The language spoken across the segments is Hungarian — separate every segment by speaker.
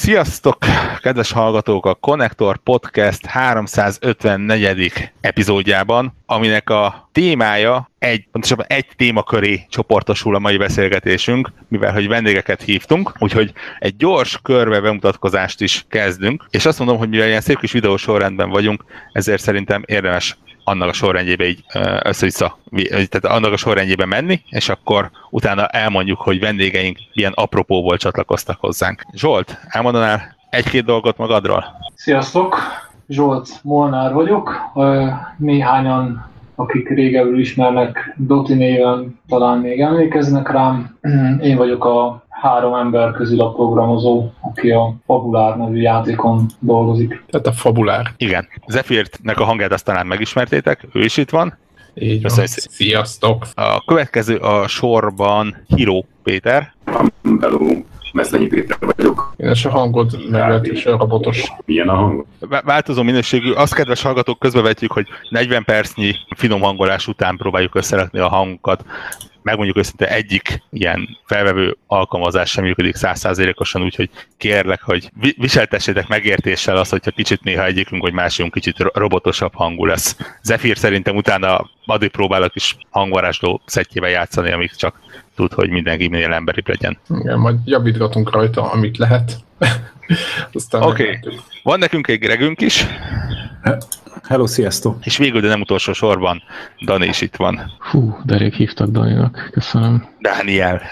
Speaker 1: Sziasztok, kedves hallgatók! A Konnektor Podcast 354. epizódjában, aminek a témája pontosabban egy témaköré csoportosul a mai beszélgetésünk, mivel hogy vendégeket hívtunk, úgyhogy egy gyors körbe bemutatkozást is kezdünk, és azt mondom, hogy mivel ilyen szép kis videós sorrendben vagyunk, ezért szerintem érdemes annak a sorrendjébe így össze-vissza, tehát annak a sorrendjébe menni, és akkor utána elmondjuk, hogy vendégeink milyen apropóból csatlakoztak hozzánk. Zsolt, elmondanál egy-két dolgot magadról?
Speaker 2: Sziasztok! Zsolt Molnár vagyok. Néhányan, akik régebről ismernek Doti néven, talán még emlékeznek rám. Én vagyok a 3 ember közül a programozó, aki a Fabulár nevű játékon dolgozik.
Speaker 3: Tehát a Fabulár.
Speaker 1: Igen. Zephyrt-nek a hangját azt talán megismertétek, ő is itt van.
Speaker 3: Így van. Sziasztok!
Speaker 1: A következő a sorban Hiro Péter.
Speaker 4: Hello, Meszlenyi Péter vagyok.
Speaker 3: Én a hangod meglehetősen robotos.
Speaker 4: Milyen a hang?
Speaker 1: Változó minőségű. Azt, kedves hallgatók, közbevetjük, hogy 40 percnyi finom hangolás után próbáljuk összerakni a hangunkat. Megmondjuk őszintén, egyik ilyen felvevő alkalmazás sem működik 100%-osan, úgyhogy kérlek, hogy viseltessétek megértéssel azt, hogyha kicsit néha egyikünk vagy másikunk kicsit robotosabb hangú lesz. Zephyr szerintem utána addig próbál a kis hangvarázsló szettjével játszani, amíg csak tud, hogy mindenki minél emberibb legyen.
Speaker 3: Igen, majd javítgatunk rajta, amit lehet.
Speaker 1: Oké. Van nekünk egy Gregünk is.
Speaker 5: Hello, sziasztok!
Speaker 1: És végül, de nem utolsó sorban, Dani is itt van.
Speaker 6: Hú, de rég hívtak Daninak, köszönöm.
Speaker 1: Dániel.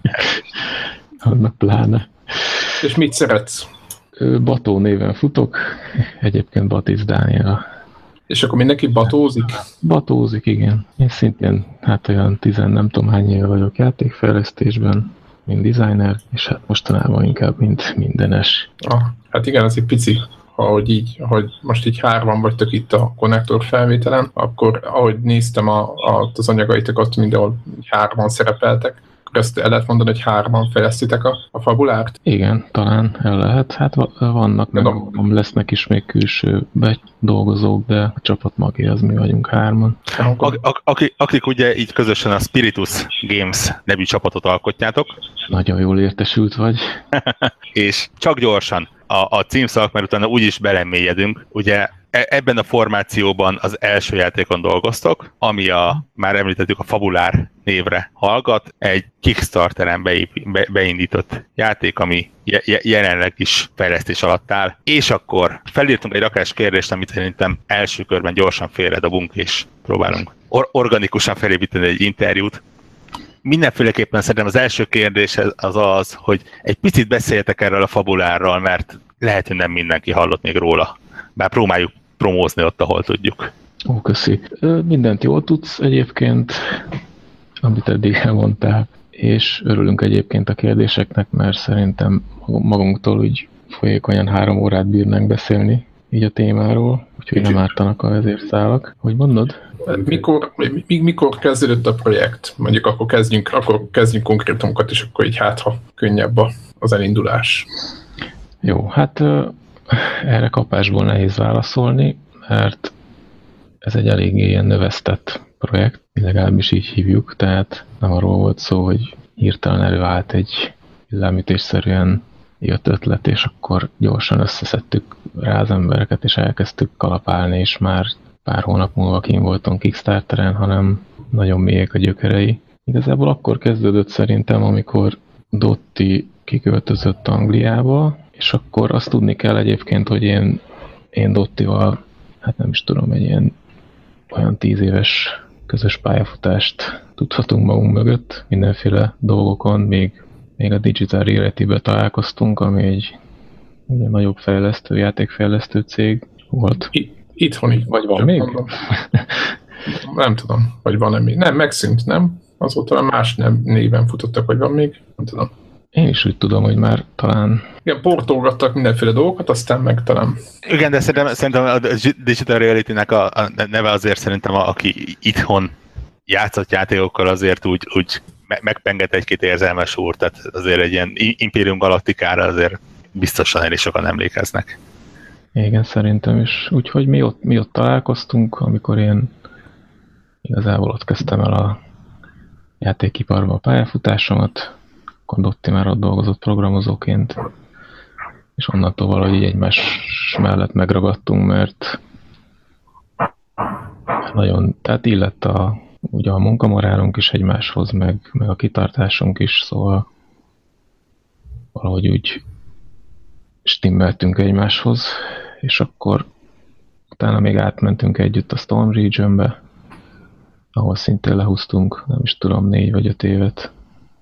Speaker 6: Annak pláne.
Speaker 3: És mit szeretsz?
Speaker 6: Bató néven futok, egyébként Batiz Dániel.
Speaker 3: És akkor mindenki batózik?
Speaker 6: Batózik, igen. Én szintén, hát olyan 10 nem tudom hány éve vagyok játékfejlesztésben, mint designer, és hát mostanában inkább, mint mindenes.
Speaker 3: Hát igen, ez egy pici. Ahogy most így 3 vagytok itt a Konnektor felvételen, akkor ahogy néztem az anyagaitokat, mindenhol 3 szerepeltek, akkor ezt el lehet mondani, hogy 3 fejlesztitek a Fabulárt?
Speaker 6: Igen, talán el lehet. Hát vannak, lesznek is még külső dolgozók, de a csapat magé az mi vagyunk 3.
Speaker 1: Akik ugye így közösen a Spiritus Games nevű csapatot alkotjátok.
Speaker 6: Nagyon jól értesült vagy.
Speaker 1: És csak gyorsan a címszavak, mert utána úgyis belemélyedünk. Ugye ebben a formációban az első játékon dolgoztok, ami már említettük, a Fabulár névre hallgat, egy Kickstarteren beindított játék, ami jelenleg is fejlesztés alatt áll. És akkor felírtunk egy rakás kérdést, amit szerintem első körben gyorsan félredobunk, és próbálunk organikusan felépíteni egy interjút. Mindenféleképpen szerintem az első kérdés az, hogy egy picit beszéljetek erről a Fabulárral, mert lehet, hogy nem mindenki hallott még róla. Bár próbáljuk promózni ott, ahol tudjuk.
Speaker 6: Ó, köszi. Mindent jól tudsz egyébként, amit eddig elmondtál, és örülünk egyébként a kérdéseknek, mert szerintem magunktól úgy folyékonyan 3 órát bírnánk beszélni így a témáról, úgyhogy nem ártanak a vezérszálak. Hogy mondod?
Speaker 3: Mikor kezdődött a projekt? Mondjuk akkor kezdjünk konkrétumokat, és akkor így ha könnyebb az elindulás.
Speaker 6: Jó, hát erre kapásból nehéz válaszolni, mert ez egy eléggé ilyen növesztett projekt, legalábbis így hívjuk, tehát nem arról volt szó, hogy hirtelen előállt egy villámütésszerűen jött ötlet, és akkor gyorsan összeszedtük rá az embereket, és elkezdtük kalapálni, és már pár hónap múlva kint voltunk Kickstarteren, hanem nagyon mélyek a gyökerei. Igazából akkor kezdődött szerintem, amikor Dotti kiköltözött Angliába, és akkor azt tudni kell egyébként, hogy én Dottival, hát nem is tudom, egy ilyen olyan 10 éves közös pályafutást tudhatunk magunk mögött, mindenféle dolgokon, még a Digital Reality-be találkoztunk, ami egy nagyobb játékfejlesztő cég volt.
Speaker 3: Itthoni.
Speaker 6: Vagy van még?
Speaker 3: Nem tudom, vagy van-e még. Nem, megszűnt, nem? Azóta más néven futottak, vagy van még? Nem tudom.
Speaker 6: Én is úgy tudom, hogy már talán...
Speaker 3: Igen, portolgattak mindenféle dolgokat, aztán meg talán...
Speaker 1: Igen, de szerintem a Digital Reality-nek a neve azért szerintem, aki itthon játszott játékokkal, azért úgy megpenget egy-két érzelmes úr, tehát azért egy ilyen Imperium Galactikára azért biztosan elég sokan emlékeznek.
Speaker 6: Igen, szerintem is. Úgyhogy mi ott találkoztunk, amikor én igazából ott kezdtem el a játékiparba a pályafutásomat, akkor Dotti már ott dolgozott programozóként, és onnantól valahogy így egymás mellett megragadtunk, mert nagyon, tehát illett ugye a munkamorálunk is egymáshoz, meg a kitartásunk is, szóval valahogy úgy stimmeltünk egymáshoz, és akkor utána még átmentünk együtt a Storm Regionbe, ahol szintén lehúztunk, nem is tudom, 4 vagy 5 évet.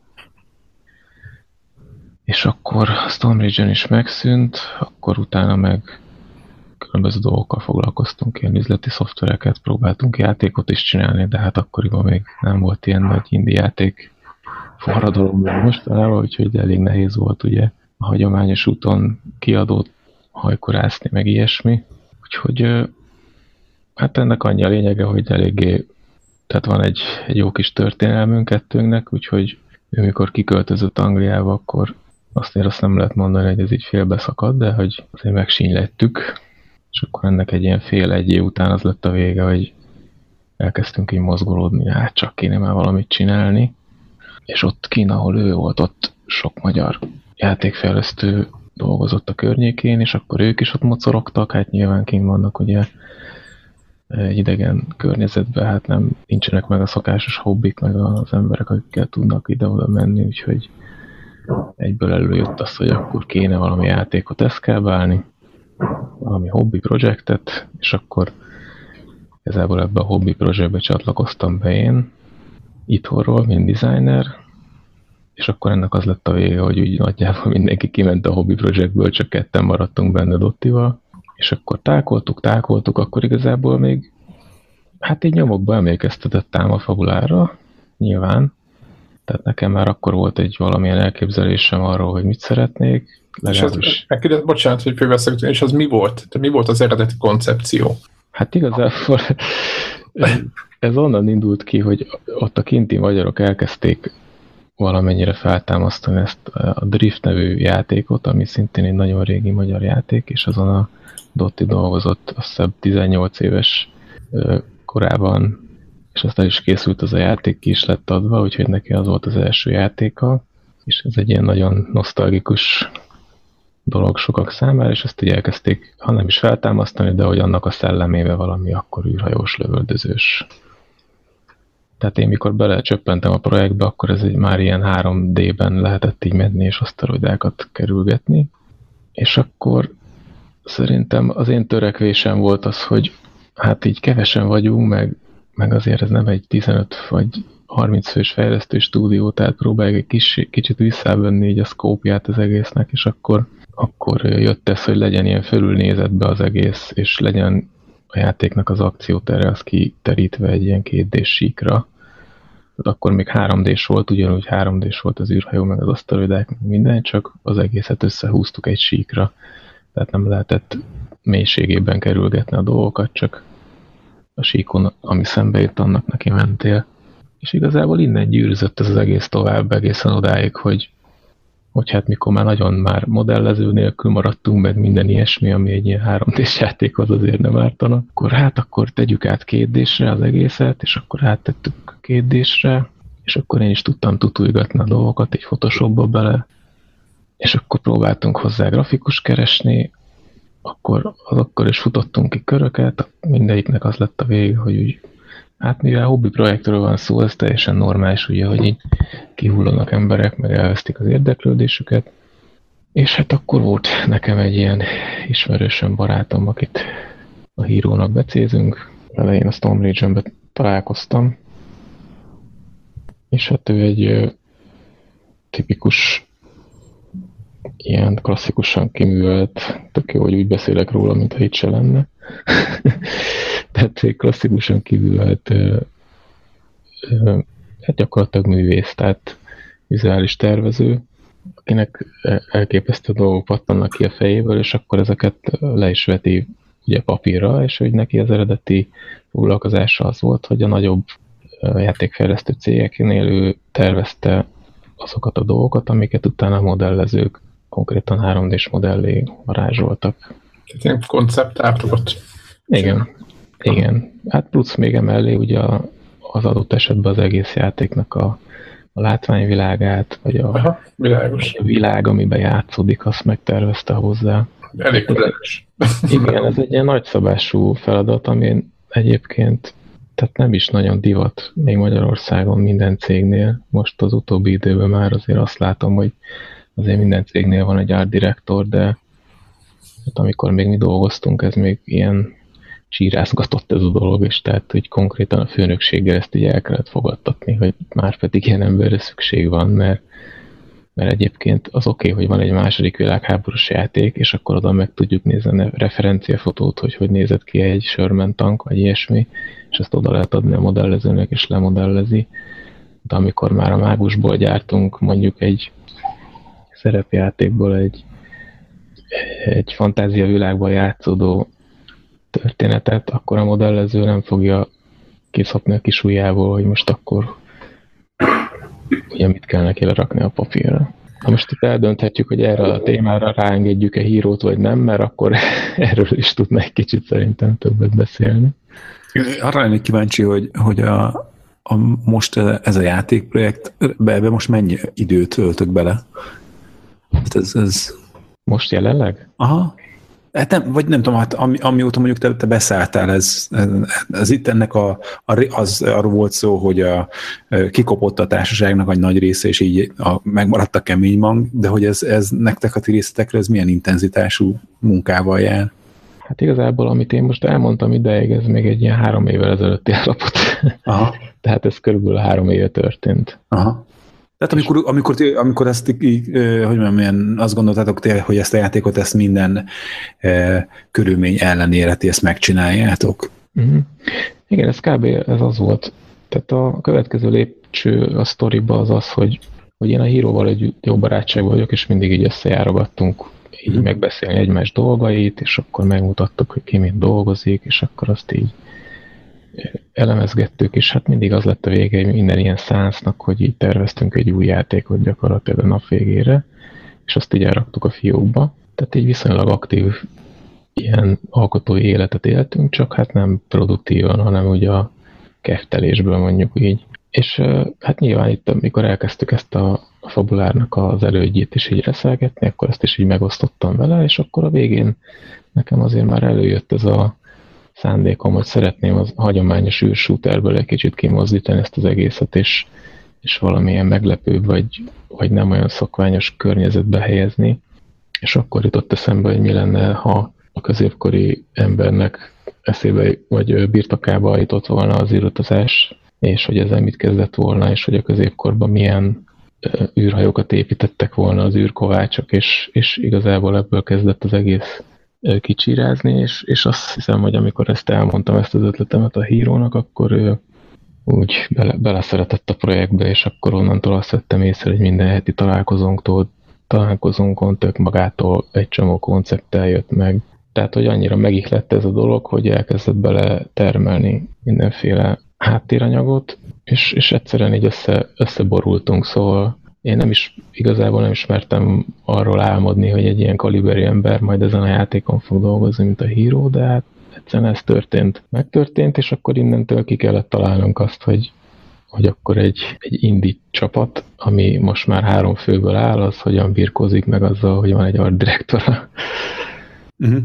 Speaker 6: És akkor a Storm Region is megszűnt, akkor utána meg különböző dolgokkal foglalkoztunk, ilyen üzleti szoftvereket, próbáltunk játékot is csinálni, de hát akkoriban még nem volt ilyen nagy indie játék forradalom mostanában, úgyhogy elég nehéz volt ugye a hagyományos úton kiadót hajkurászni, meg ilyesmi. Úgyhogy hát ennek annyi a lényege, hogy eléggé, tehát van egy jó kis történelmünk kettőnknek, úgyhogy ő mikor kiköltözött Angliába, akkor azt nem lehet mondani, hogy ez így félbeszakadt, de hogy azért megsínylettük, és akkor ennek egy ilyen fél-egy év után az lett a vége, hogy elkezdtünk így mozgolódni, hát csak kéne már valamit csinálni, és ott kint, ahol ő volt, ott sok magyar játékfejlesztő dolgozott a környékén, és akkor ők is ott mocorogtak, hát nyilván kint vannak ugye egy idegen környezetben, hát nincsenek meg a szokásos hobbik, meg az emberek, akikkel tudnak ide-oda menni, úgyhogy egyből előjött az, hogy akkor kéne valami játékot eszkábálni, valami hobby projektet, és akkor igazából ebbe a hobby projektbe csatlakoztam be én, itthonról, mint designer, és akkor ennek az lett a vége, hogy úgy nagyjából mindenki kiment a hobby projektből, csak ketten maradtunk benne Dottival, és akkor tálkoltuk, akkor igazából még hát így nyomokba emlékeztetett ám a fabulára, nyilván. Tehát nekem már akkor volt egy valamilyen elképzelésem arról, hogy mit szeretnék.
Speaker 3: Legalábbis. És bocsánat, hogy fölveszek, és az mi volt? Mi volt az eredeti koncepció?
Speaker 6: Hát igazából ez onnan indult ki, hogy ott a kinti magyarok elkezdték valamennyire feltámasztani ezt a Drift nevű játékot, ami szintén egy nagyon régi magyar játék, és azon a Dotti dolgozott azt hiszem 18 éves korában, és aztán is készült az a játék, ki is lett adva, úgyhogy neki az volt az első játéka, és ez egy ilyen nagyon nosztalgikus dolog sokak számára, és ezt így elkezdték, ha nem is feltámasztani, de hogy annak a szellemébe valami akkor űrhajós lövöldözős. Tehát én mikor belecsöppentem a projektbe, akkor ez már ilyen 3D-ben lehetett így menni és aszteroidákat kerülgetni, és akkor szerintem az én törekvésem volt az, hogy hát így kevesen vagyunk, meg azért ez nem egy 15 vagy 30 fős fejlesztő stúdió, tehát próbáljuk egy kicsit visszavenni így a szkópját az egésznek, és akkor jött ez, hogy legyen ilyen fölülnézetbe az egész, és legyen a játéknak az akciótere az kiterítve egy ilyen 2D-s síkra. Tehát akkor még 3D-s volt, ugyanúgy 3D-s volt az űrhajó, meg az aszteroidák, minden, csak az egészet összehúztuk egy síkra. Tehát nem lehetett mélységében kerülgetni a dolgokat, csak a síkon, ami szembe jött, annak neki mentél. És igazából innen gyűrűzött ez az egész tovább egészen odáig, hogy hát mikor már nagyon már modellező nélkül maradtunk, meg minden ilyesmi, ami egy ilyen 3D-s játékhoz azért nem ártana, akkor tegyük át 2D-sre az egészet, és akkor áttettük 2D-sre, és akkor én is tudtam tutulgatni a dolgokat egy Photoshopba bele, és akkor próbáltunk hozzá grafikus keresni, akkor is futottunk ki köröket, mindegyiknek az lett a vége, hogy úgy, hát mivel hobbi projektről van szó, ez teljesen normális, ugye, hogy így kihullanak emberek, meg elvesztik az érdeklődésüket, és hát akkor volt nekem egy ilyen ismerősöm, barátom, akit a hírónak becézünk, elején a Storm Regionben találkoztam, és hát ő egy tipikus ilyen klasszikusan kiművelt, tök jó, hogy úgy beszélek róla, mintha itt se lenne. Tehát egy klasszikusan kiművelt hát gyakorlatilag művész, tehát vizuális tervező, akinek elképesztő dolgok pattannak ki a fejéből, és akkor ezeket le is veti ugye papírra, és hogy neki az eredeti foglalkozása az volt, hogy a nagyobb játékfejlesztő cégeknél ő tervezte azokat a dolgokat, amiket utána a modellezők konkrétan 3D-s modellé varázsoltak.
Speaker 3: Tehát ilyen konceptártokat.
Speaker 6: Igen. Hát plusz még emellé ugye az adott esetben az egész játéknak a látványvilágát, vagy a világ, amiben játszódik, azt megtervezte hozzá.
Speaker 3: Elég különös.
Speaker 6: Igen, ez egy ilyen nagyszabású feladat, ami egyébként tehát nem is nagyon divat még Magyarországon minden cégnél. Most az utóbbi időben már azért azt látom, hogy azért minden cégnél van egy art director, de hát amikor még mi dolgoztunk, ez még ilyen csírázgatott ez a dolog, és tehát hogy konkrétan a főnökséggel ezt így el kellett fogadtatni, hogy már pedig ilyen emberre szükség van, mert egyébként az oké, hogy van egy második világháborús játék, és akkor oda meg tudjuk nézni a referenciafotót, hogy nézett ki egy Sherman tank, vagy ilyesmi, és ezt oda lehet adni a modellezőnek, és lemodellezi. De amikor már a mágusból gyártunk mondjuk egy szerepjátékból egy fantázia világban játszódó történetet, akkor a modellező nem fogja kiszopni a kis ujjából, hogy most akkor ugye mit kell neki lerakni a papírra. Ha most itt eldönthetjük, hogy erre a témára ráengedjük-e hírót, vagy nem, mert akkor erről is tudna egy kicsit szerintem többet beszélni.
Speaker 5: Arra lennék kíváncsi, hogy most ez a játékprojekt, ebbe most mennyi időt töltök bele? Ez... Most
Speaker 6: jelenleg?
Speaker 5: Aha. Hát nem, vagy nem tudom, hát amióta mondjuk te beszálltál, ez itt ennek arról volt szó, hogy kikopott a társaságnak egy nagy része, és így megmaradt a kemény mag, de hogy ez nektek a ti részletekre ez milyen intenzitású munkával jár?
Speaker 6: Hát igazából, amit én most elmondtam ideig, ez még egy ilyen 3 évvel ezelőtti állapot.
Speaker 5: Aha.
Speaker 6: Tehát ez körülbelül 3 éve történt.
Speaker 5: Aha. Tehát amikor ezt hogy mondjam, azt gondoltátok, hogy ezt a játékot, ezt minden körülmény ellenére ti ezt megcsináljátok?
Speaker 6: Uh-huh. Igen, ez kb. Ez az volt. Tehát a következő lépcső a sztoriba az, hogy én a híróval egy jó barátság vagyok, és mindig így összejárogattunk így megbeszélni egymás dolgait, és akkor megmutattuk, hogy ki mind dolgozik, és akkor azt így elemezgettük, és hát mindig az lett a vége minden ilyen szánsznak, hogy így terveztünk egy új játékot gyakorlatilag a nap végére, és azt így elraktuk a fiókba. Tehát így viszonylag aktív ilyen alkotói életet éltünk, csak hát nem produktívan, hanem ugye a keftelésből mondjuk így. És hát nyilván itt, amikor elkezdtük ezt a fabulárnak az elődjét is így reszelgetni, akkor ezt is így megosztottam vele, és akkor a végén nekem azért már előjött ez a szándékom, hogy szeretném az hagyományos űrshooterből egy kicsit kimozdítani ezt az egészet, és valamilyen meglepőbb, vagy nem olyan szokványos környezetbe helyezni. És akkor jutott eszembe, hogy mi lenne, ha a középkori embernek eszébe, vagy birtokába jutott volna az űrutazás, és hogy ezzel mit kezdett volna, és hogy a középkorban milyen űrhajókat építettek volna az űrkovácsok, és igazából ebből kezdett az egész kicsírázni, és azt hiszem, hogy amikor ezt elmondtam, ezt az ötletemet a hírónak, akkor ő úgy beleszeretett a projektbe, és akkor onnantól azt vettem észre, hogy minden heti találkozónkon tök magától egy csomó koncepttel jött meg. Tehát, hogy annyira megihlett ez a dolog, hogy elkezdett bele termelni mindenféle háttéranyagot, és egyszerűen így összeborultunk, szóval én igazából nem ismertem arról álmodni, hogy egy ilyen kaliberű ember majd ezen a játékon fog dolgozni, mint a híró, de hát egyszerűen ez megtörtént, és akkor innentől ki kellett találnunk azt, hogy akkor egy indie csapat, ami most már 3 főből áll, az hogyan birkózik meg azzal, hogy van egy art direktora.
Speaker 5: Uh-huh.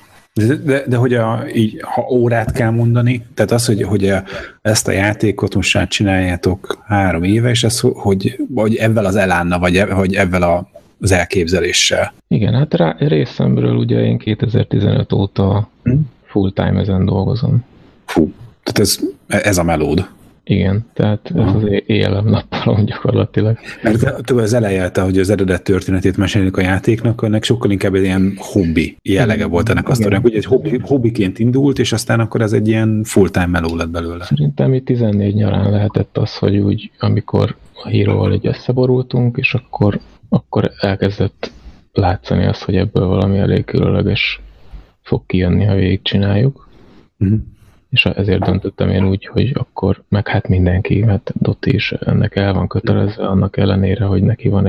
Speaker 5: De hogy így, ha órát kell mondani, tehát az, hogy ezt a játékot most már csináljátok 3 éve, és ez, hogy ebben az elánnal, vagy ebben az elképzeléssel.
Speaker 6: Igen, hát részemről ugye én 2015 óta full-time ezen dolgozom.
Speaker 5: Fú, tehát ez a melód.
Speaker 6: Igen, tehát ez az éjjelem nappalom gyakorlatilag.
Speaker 5: Mert az eleje, hogy az eredet történetét mesélünk a játéknak, ennek sokkal inkább egy ilyen hobbi jellege volt ennek a sztorinak. Ugye egy hobbiként indult, és aztán akkor ez egy ilyen full-time meló lett belőle.
Speaker 6: Szerintem itt 14 nyarán lehetett az, hogy úgy, amikor a híróval egy összeborultunk, és akkor elkezdett látszani azt, hogy ebből valami elég különleges fog kijönni, ha végigcsináljuk. Uh-huh. És ezért döntöttem én úgy, hogy akkor, meg hát mindenki, mert Dotti is ennek el van kötelezve, annak ellenére, hogy neki van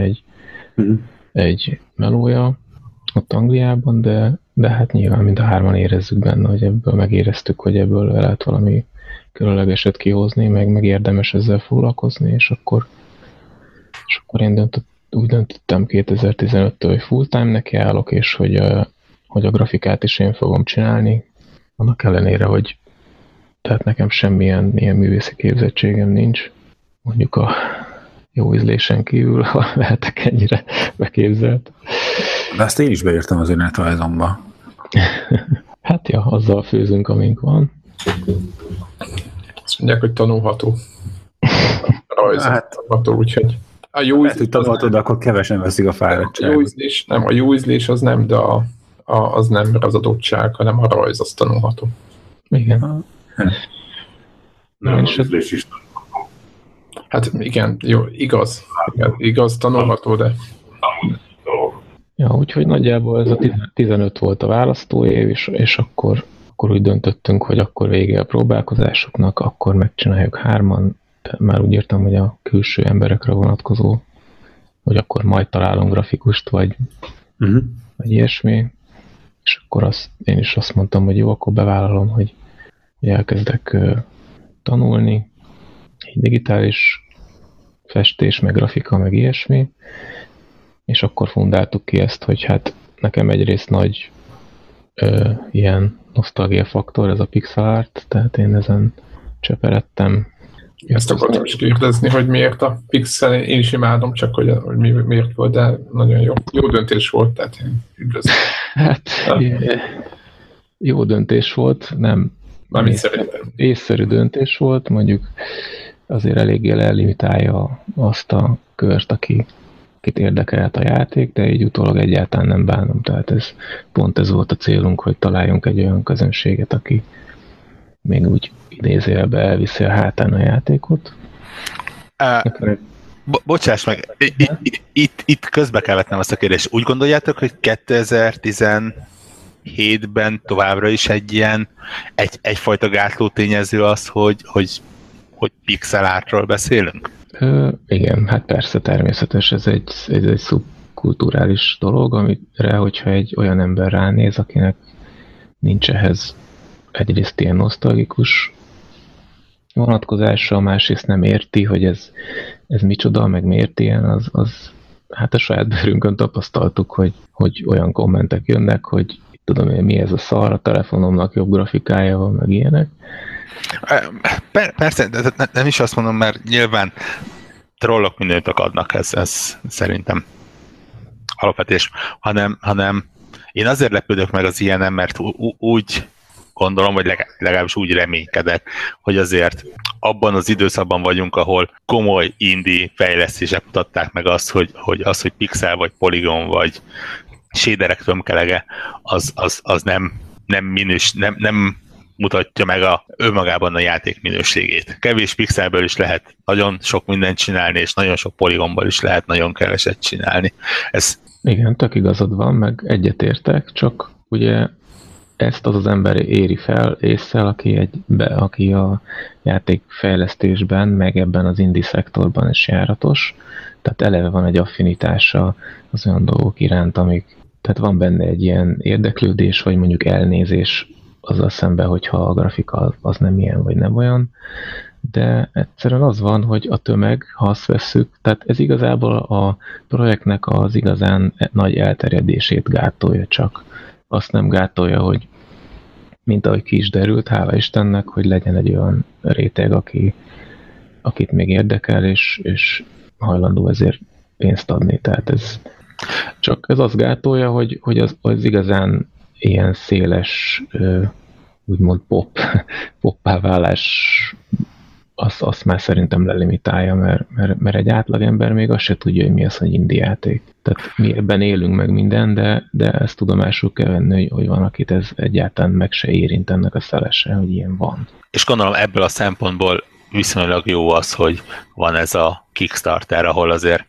Speaker 6: egy melója ott Angliában, de hát nyilván mind a 3-an érezzük benne, hogy ebből megéreztük, hogy ebből lehet valami különlegeset kihozni, meg érdemes ezzel foglalkozni, és akkor És akkor én úgy döntöttem 2015-től, hogy full-time neki állok, és hogy a grafikát is én fogom csinálni. Annak ellenére, hogy tehát nekem semmilyen ilyen művészi képzettségem nincs. Mondjuk a jó ízlésen kívül, ha lehetek ennyire beképzelt.
Speaker 5: De azt én is beírtam az önéletrajzomba.
Speaker 6: Hát ja, azzal főzünk, amink van.
Speaker 3: Azt mondják, hogy tanulható. Rajzolható, úgyhogy a jó
Speaker 5: ízlés... hogy tanulható, de akkor kevesen veszik a fáradtságot.
Speaker 3: A jó ízlés az nem, de az nem az adottság, hanem a rajz az tanulható.
Speaker 6: Igen.
Speaker 4: Nem, az ízlés is.
Speaker 3: Hát igen, jó, igaz, tanulható, de...
Speaker 6: Ja, úgyhogy nagyjából ez a 15 volt a választóév, és akkor úgy döntöttünk, hogy akkor vége a próbálkozásoknak, akkor megcsináljuk 3-an, már úgy írtam, hogy a külső emberekre vonatkozó, hogy akkor majd találunk grafikust, vagy ilyesmi, és akkor én is azt mondtam, hogy jó, akkor bevállalom, hogy elkezdek tanulni, digitális festés, meg grafika, meg ilyesmi, és akkor fundáltuk ki ezt, hogy hát nekem egyrészt nagy ilyen nosztalgia faktor, ez a pixel art, tehát én ezen cseperedtem.
Speaker 3: Ezt akartam is kérdezni, hogy miért a pixel, én is imádom, csak hogy miért volt, de nagyon jó. Jó döntés volt, tehát én üdvözlöm.
Speaker 6: Hát, jó döntés volt, nem észszerű döntés volt, mondjuk azért eléggé lelimitálja azt a kört, akit érdekelt a játék, de így utólag egyáltalán nem bánom. Tehát pont ez volt a célunk, hogy találjunk egy olyan közönséget, aki még úgy idézőjelbe elviszi a hátán a játékot.
Speaker 1: Bocsáss meg, itt közbe kell vetnem azt a kérdést. Úgy gondoljátok, hogy 2017-ben továbbra is egyfajta gátló tényező az, hogy pixel artról beszélünk?
Speaker 6: Igen, hát persze, természetes, ez egy szubkulturális dolog, amire, hogyha egy olyan ember ránéz, akinek nincs ehhez egyrészt ilyen nosztalgikus vonatkozása, másrészt nem érti, hogy ez micsoda, meg miért ilyen, az hát a saját bőrünkön tapasztaltuk, hogy olyan kommentek jönnek, hogy tudom én, mi ez a szar, a telefonomnak jobb grafikája van, meg ilyenek.
Speaker 1: Persze, de nem is azt mondom, mert nyilván trollok mindent adnak, ez szerintem alapvetés, hanem én azért lepődök meg az ilyenen, mert úgy gondolom, vagy legalábbis úgy reménykedek, hogy azért abban az időszakban vagyunk, ahol komoly indie fejlesztések mutatták meg azt, hogy pixel, vagy poligon, vagy shaderek tömkelege, az nem mutatja meg önmagában a játék minőségét. Kevés pixelből is lehet nagyon sok mindent csinálni, és nagyon sok poligonból is lehet nagyon keveset csinálni.
Speaker 6: Igen, tök igazad van, meg egyetértek, csak ugye ezt az ember éri fel ésszel, aki a játékfejlesztésben, meg ebben az indie szektorban is járatos. Tehát eleve van egy affinitása az olyan dolgok iránt, tehát van benne egy ilyen érdeklődés, vagy mondjuk elnézés azzal szemben, hogyha a grafika az nem ilyen, vagy nem olyan. De egyszerűen az van, hogy a tömeg, ha azt vesszük, tehát ez igazából a projektnek az igazán nagy elterjedését gátolja, csak azt nem gátolja, hogy mint ahogy ki is derült, hála Istennek, hogy legyen egy olyan réteg, akit még érdekel, és hajlandó ezért pénzt adni. Tehát ez azt gátolja, hogy az igazán ilyen széles, úgymond poppá válás, azt már szerintem lelimitálja, mert egy átlagember még azt se tudja, hogy mi az, hogy indie játék. Tehát mi ebben élünk meg minden, de ezt tudomásul kell venni, hogy van, akit ez egyáltalán meg se érint ennek a szelese, hogy ilyen van.
Speaker 1: És gondolom ebből a szempontból viszonylag jó az, hogy van ez a Kickstarter, ahol azért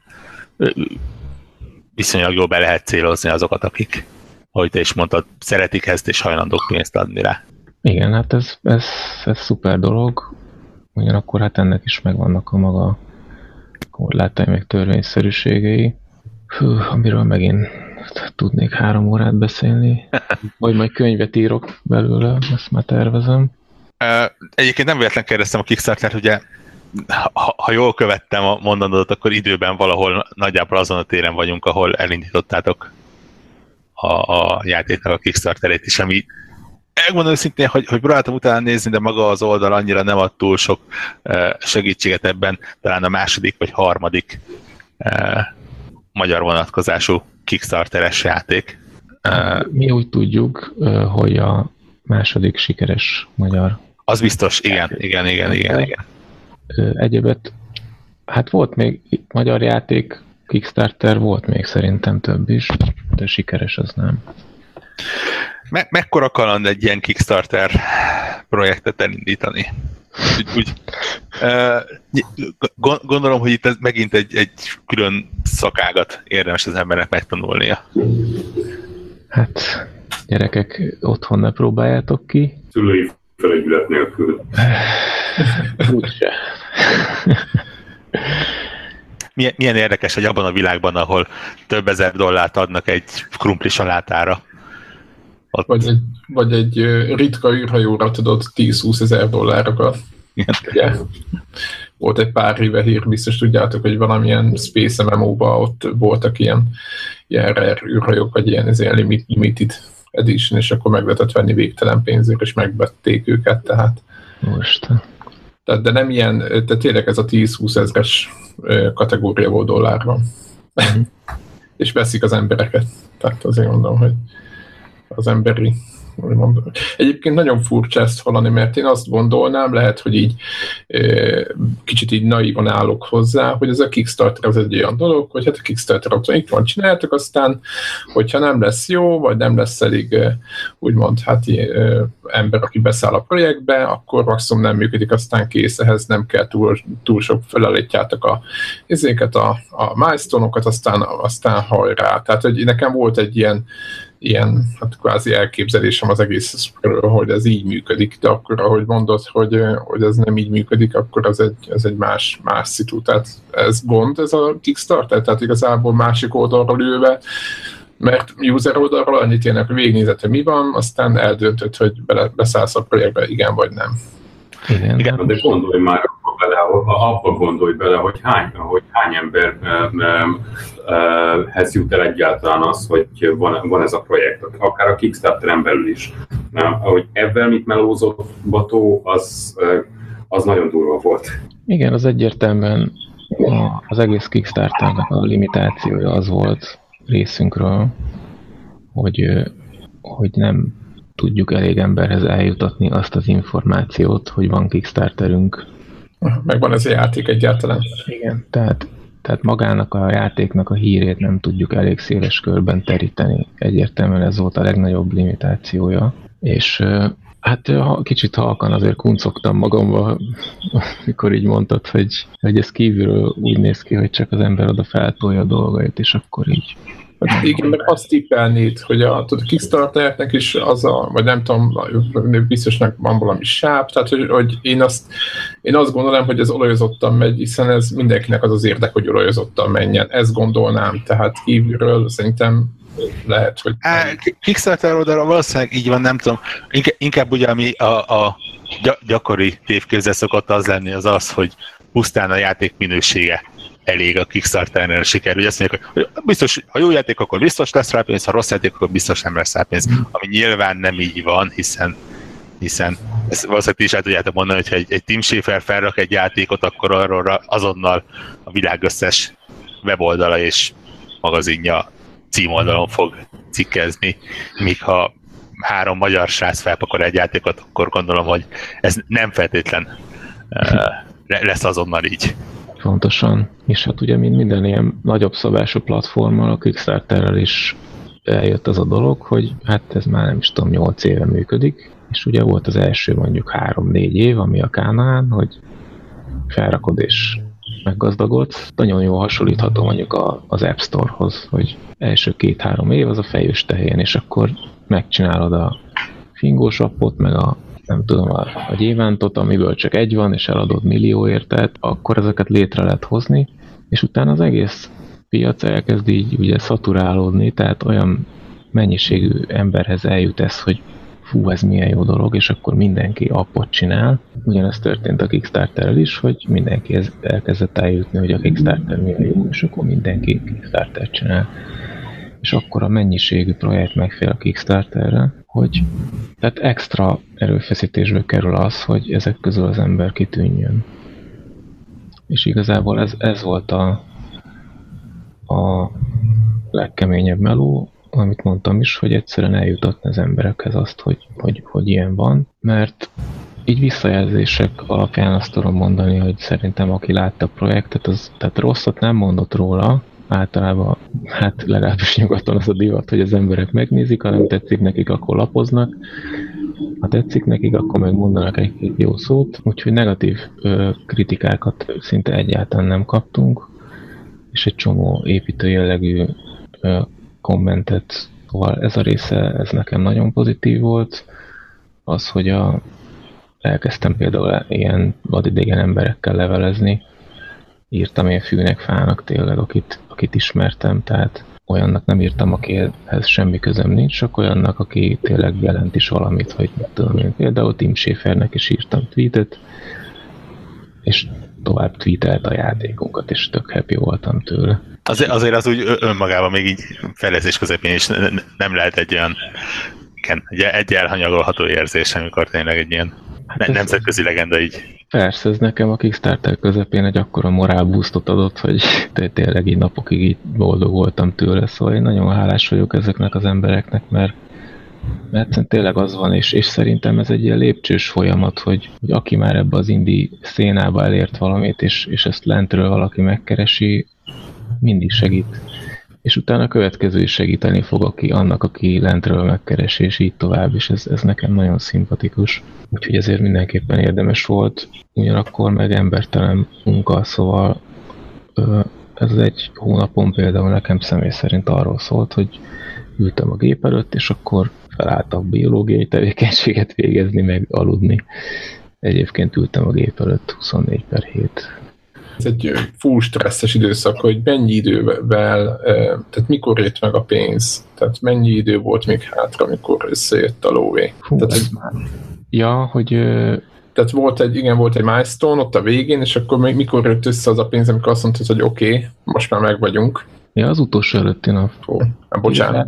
Speaker 1: viszonylag jól be lehet célozni azokat, akik, ahogy te is mondtad, szeretik ezt, és hajlandók pénzt adni rá.
Speaker 6: Igen, hát ez szuper dolog. Ugyanakkor hát ennek is megvannak a maga korlátai, meg törvényszerűségei. Amiről megint tudnék 3 órát beszélni. Vagy majd könyvet írok belőle, ezt már tervezem.
Speaker 1: Egyébként nem véletlen kérdeztem a Kickstarter, ugye ha jól követtem a mondandót, akkor időben valahol nagyjából azon a téren vagyunk, ahol elindítottátok a játéknak a Kickstarterét is, ami megmondom őszintén, hogy próbáltam utána nézni, de maga az oldal annyira nem ad túl sok segítséget ebben, talán a második vagy harmadik magyar vonatkozású Kickstarteres játék.
Speaker 6: Mi úgy tudjuk, hogy a második sikeres magyar.
Speaker 1: Az biztos, igen.
Speaker 6: Egyébként, hát volt még magyar játék, Kickstarter, volt még szerintem több is, de sikeres az nem.
Speaker 1: Mekkora kaland egy ilyen Kickstarter projektet elindítani? Gondolom, hogy itt ez megint egy külön szakágat érdemes az embernek megtanulnia.
Speaker 6: Hát, gyerekek, otthon ne próbáljátok ki.
Speaker 4: Szülői felegyület nélkül.
Speaker 6: Úgyse.
Speaker 1: Milyen érdekes, hogy abban a világban, ahol több ezer dollárt adnak egy krumpli salátára.
Speaker 3: Vagy egy ritka űrhajóra tudod 10-20 ezer dollárokat. Yeah. Volt egy pár éve hír, biztos tudjátok, hogy valamilyen Space MMO-ban ott voltak ilyen rare űrhajók, vagy ilyen limited edition, és akkor meg lehetett venni végtelen pénzért, és megvették őket, tehát.
Speaker 6: Most.
Speaker 3: De nem ilyen, tehát tényleg ez a 10-20 ezres kategória volt dollárban. És veszik az embereket. Tehát azért mondom, hogy az emberi... Egyébként nagyon furcsa ezt hallani, mert én azt gondolnám, lehet, hogy így kicsit így naívan állok hozzá, hogy ez a Kickstarter az egy olyan dolog, hogy hát a Kickstarter otthon itt van, csináljátok, aztán hogyha nem lesz jó, vagy nem lesz elég úgymond hát ember, aki beszáll a projektbe, akkor maximum nem működik, aztán kész, ehhez nem kell túl sok felállítjátok a milestone-okat, aztán hajrá. Tehát, hogy nekem volt egy ilyen hát kvázi elképzelésem az egészről, hogy ez így működik, de akkor, ahogy mondod, hogy ez nem így működik, akkor ez egy más szitu. Tehát ez gond, ez a Kickstarter, tehát igazából másik oldalról ülve, mert user oldalról annyit tényleg, hogy végignézed, hogy mi van, aztán eldöntöd, hogy beszállsz a projektbe, igen vagy nem.
Speaker 4: Igen. De gondolj már abba bele, hogy hány emberhez jut el egyáltalán az, hogy van ez a projekt, akár a Kickstarteren belül is. Ahogy ebben mit melózott Bató, az nagyon durva volt.
Speaker 6: Igen, az egyértelműen az egész Kickstarternek a limitációja az volt részünkről, hogy nem tudjuk elég emberhez eljutatni azt az információt, hogy van Kickstarterünk.
Speaker 3: Megvan ez a játék egyáltalán.
Speaker 6: Igen, tehát magának a játéknak a hírét nem tudjuk elég széles körben teríteni. Egyértelműen ez volt a legnagyobb limitációja. És hát kicsit halkan azért kuncogtam magamba, mikor így mondtad, hogy ez kívülről úgy néz ki, hogy csak az ember oda feltolja a dolgait, és akkor így.
Speaker 3: Igen, mert azt tippelnéd, hogy a Kickstarternek is az vagy nem tudom, biztosnak van valami sáp, tehát hogy én azt gondolom, hogy ez olajozottan megy, hiszen ez mindenkinek az érdek, hogy olajozottan menjen. Ezt gondolnám, tehát kívülről szerintem lehet, hogy...
Speaker 1: Kickstarter oldalra valószínűleg így van, nem tudom. Inkább ugye, ami a gyakori tévképzet szokott az lenni, az, hogy pusztán a játék minősége elég a Kickstarter-nél sikerül. Ugye azt mondják, hogy biztos, ha jó játék, akkor biztos lesz rá pénz, ha rossz játék, akkor biztos nem lesz rá pénz. Ami nyilván nem így van, hiszen ezt valószínűleg ti is el tudjátok mondani, hogyha egy Tim Schafer felrak egy játékot, akkor arról azonnal a világ összes weboldala és magazinja címoldalon fog cikkezni, míg ha 3 magyar srác felpakol egy játékot, akkor gondolom, hogy ez nem feltétlen lesz azonnal így.
Speaker 6: Pontosan. És hát ugye minden ilyen nagyobb szabású platformmal, a Kickstarterrel is eljött az a dolog, hogy hát ez már nem is tudom, 8 éve működik, és ugye volt az első mondjuk 3-4 év, ami a Kánaán, hogy felrakod és meggazdagodsz. Nagyon jól hasonlítható mondjuk az App Store-hoz, hogy első 2-3 év az a fejős tehén, és akkor megcsinálod a fingós appot, meg a nem tudom, a gyévántot, amiből csak egy van, és eladod millióért, tehát akkor ezeket létre lehet hozni, és utána az egész piac elkezd így ugye szaturálódni, tehát olyan mennyiségű emberhez eljut ez, hogy fú, ez milyen jó dolog, és akkor mindenki appot csinál. Ugyanezt történt a Kickstarterrel is, hogy mindenki elkezdett eljutni, hogy a Kickstarter milyen jó, és akkor mindenki Kickstarter csinál. És akkor a mennyiségű projekt megfél a Kickstarterre, hogy tehát extra erőfeszítésbe kerül az, hogy ezek közül az ember kitűnjön. És igazából ez volt a legkeményebb meló, amit mondtam is, hogy egyszerűen eljutatni az emberekhez azt, hogy ilyen van, mert így visszajelzések alapján azt tudom mondani, hogy szerintem aki látta a projektet, tehát rosszat nem mondott róla, általában, hát legalábbis nyugaton az a divat, hogy az emberek megnézik, ha nem tetszik nekik, akkor lapoznak, ha tetszik nekik, akkor meg mondanak egy jó szót, úgyhogy negatív kritikákat szinte egyáltalán nem kaptunk, és egy csomó építő jellegű kommentet, szóval ez a része, ez nekem nagyon pozitív volt, az, hogy elkezdtem például ilyen vadidegen emberekkel levelezni, írtam én fűnek, fának tényleg, akit ismertem, tehát olyannak nem írtam, akihez semmi közöm nincs, csak olyannak, aki tényleg jelent is valamit, hogy mit tudom én. Például Tim Schafernek is írtam tweetet, és tovább tweetelt a játékunkat, és tök happy voltam tőle.
Speaker 1: Azért az úgy önmagában még így fejlesztés közepén is nem lehet egy olyan egy elhanyagolható érzés, amikor tényleg egy ilyen nemzetközi legenda így.
Speaker 6: Persze, ez nekem a Kickstarter közepén egy akkora morálboostot adott, hogy tényleg így napokig így boldog voltam tőle, szóval én nagyon hálás vagyok ezeknek az embereknek, mert tényleg az van, és szerintem ez egy ilyen lépcsős folyamat, hogy aki már ebbe az indie szénába elért valamit, és ezt lentről valaki megkeresi, mindig segít. És utána a következő is segíteni fog aki lentről megkeresi, és így tovább, és ez nekem nagyon szimpatikus. Úgyhogy ezért mindenképpen érdemes volt, ugyanakkor meg embertelen munka, szóval ez egy hónapon például nekem személy szerint arról szólt, hogy ültem a gép előtt, és akkor felálltak biológiai tevékenységet végezni, meg aludni. Egyébként ültem a gép előtt 24/7.
Speaker 3: Ez egy full stresszes időszak, hogy mennyi idővel, tehát mikor jött meg a pénz, tehát mennyi idő volt még hátra, amikor összejött a lóvé. Tehát volt egy milestone ott a végén, és akkor még mikor jött össze az a pénz, amikor azt mondtad, hogy oké, most már meg vagyunk.
Speaker 6: Ja, az utolsó előtti nap.
Speaker 3: Bocsánat.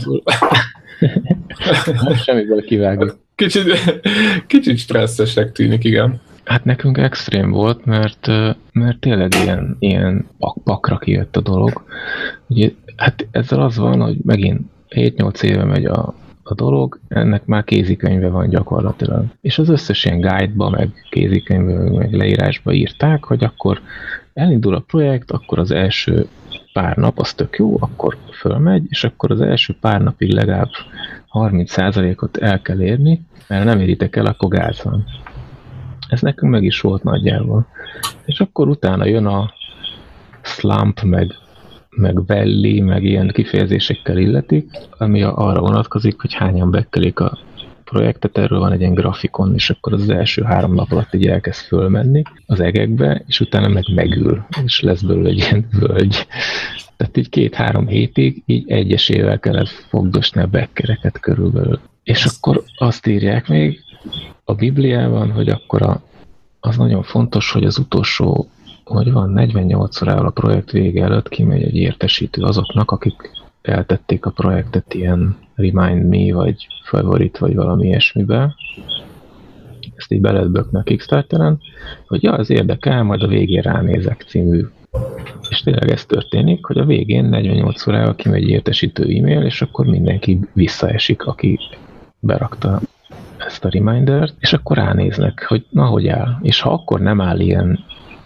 Speaker 6: Semmiből kivágjuk.
Speaker 3: Kicsit stresszesnek tűnik, igen.
Speaker 6: Hát nekünk extrém volt, mert tényleg ilyen pakra kijött a dolog. Ugye, hát ezzel az van, hogy megint 7-8 éve megy a dolog, ennek már kézikönyve van gyakorlatilag. És az összes ilyen guide-ba, meg kézikönyvbe, meg leírásba írták, hogy akkor elindul a projekt, akkor az első pár nap az tök jó, akkor fölmegy, és akkor az első pár napig legalább 30%-ot el kell érni, mert nem éritek el, akkor gáz van. Ez nekünk meg is volt nagyjából. És akkor utána jön a slump, meg valley, meg ilyen kifejezésekkel illetik, ami arra vonatkozik, hogy hányan bekkelik a projektet, erről van egy ilyen grafikon, és akkor az első 3 nap alatt így elkezd fölmenni az egekbe, és utána meg megül, és lesz belőle egy ilyen völgy. Tehát így 2-3 hétig így egyesével kellett fogdosni a bekkereket körülbelül. És akkor azt írják még a Bibliában, hogy akkor az nagyon fontos, hogy az utolsó, hogy van 48 órával a projekt vége előtt kimegy egy értesítő azoknak, akik eltették a projektet ilyen Remind Me, vagy Favorite, vagy valami ilyesmibe. Ezt így be lehet bökni a Kickstarteren, hogy ja, ez érdekel, majd a végén ránézek című. És tényleg ez történik, hogy a végén 48 órával kimegy egy értesítő e-mail, és akkor mindenki visszaesik, aki berakta ezt a remindert, és akkor ránéznek, hogy na, hogy áll. És ha akkor nem áll ilyen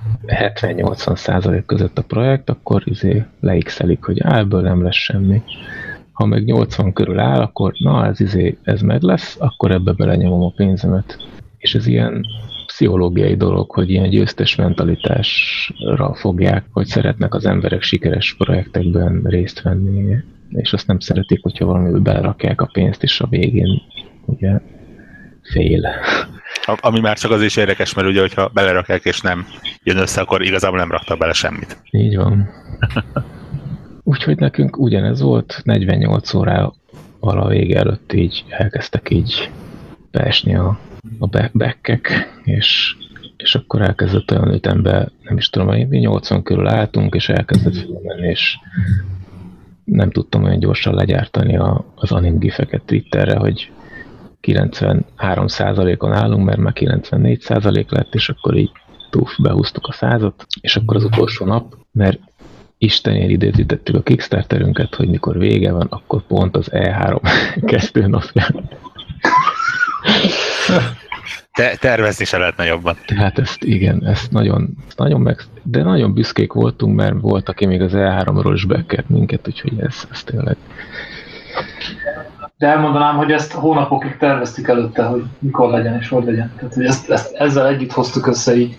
Speaker 6: 70-80% között a projekt, akkor leixelik, hogy ebből nem lesz semmi. Ha meg 80 körül áll, akkor na, ez meg lesz, akkor ebbe belenyomom a pénzemet. És ez ilyen pszichológiai dolog, hogy ilyen győztes mentalitásra fogják, hogy szeretnek az emberek sikeres projektekben részt venni, és azt nem szeretik, hogyha valamivel belerakják a pénzt, és a végén ugye fél.
Speaker 1: Ami már csak az is érdekes, mert ugye, hogyha belerakják és nem jön össze, akkor igazából nem raktak bele semmit.
Speaker 6: Így van. Úgyhogy nekünk ugyanez volt, 48 órával a vége előtt így elkezdtek így beesni a backek, és akkor elkezdett olyan ütembe, nem is tudom, 80 körül álltunk, és elkezdett felmenni, és nem tudtam olyan gyorsan legyártani az anim gifeket Twitterre, hogy 93%-on állunk, mert már 94% lett, és akkor így behúztuk a 100-at, és akkor az utolsó nap, mert Istenért időzítettük a Kickstarterünket, hogy mikor vége van, akkor pont az E3 kezdőnapján.
Speaker 1: Tervezni se lehetne jobban.
Speaker 6: Tehát ezt nagyon de nagyon büszkék voltunk, mert volt, aki még az E3-ról is bekert minket, úgyhogy ez tényleg.
Speaker 2: De elmondanám, hogy ezt hónapokig terveztük előtte, hogy mikor legyen és hogy legyen. Tehát, hogy ezt ezzel együtt hoztuk össze így.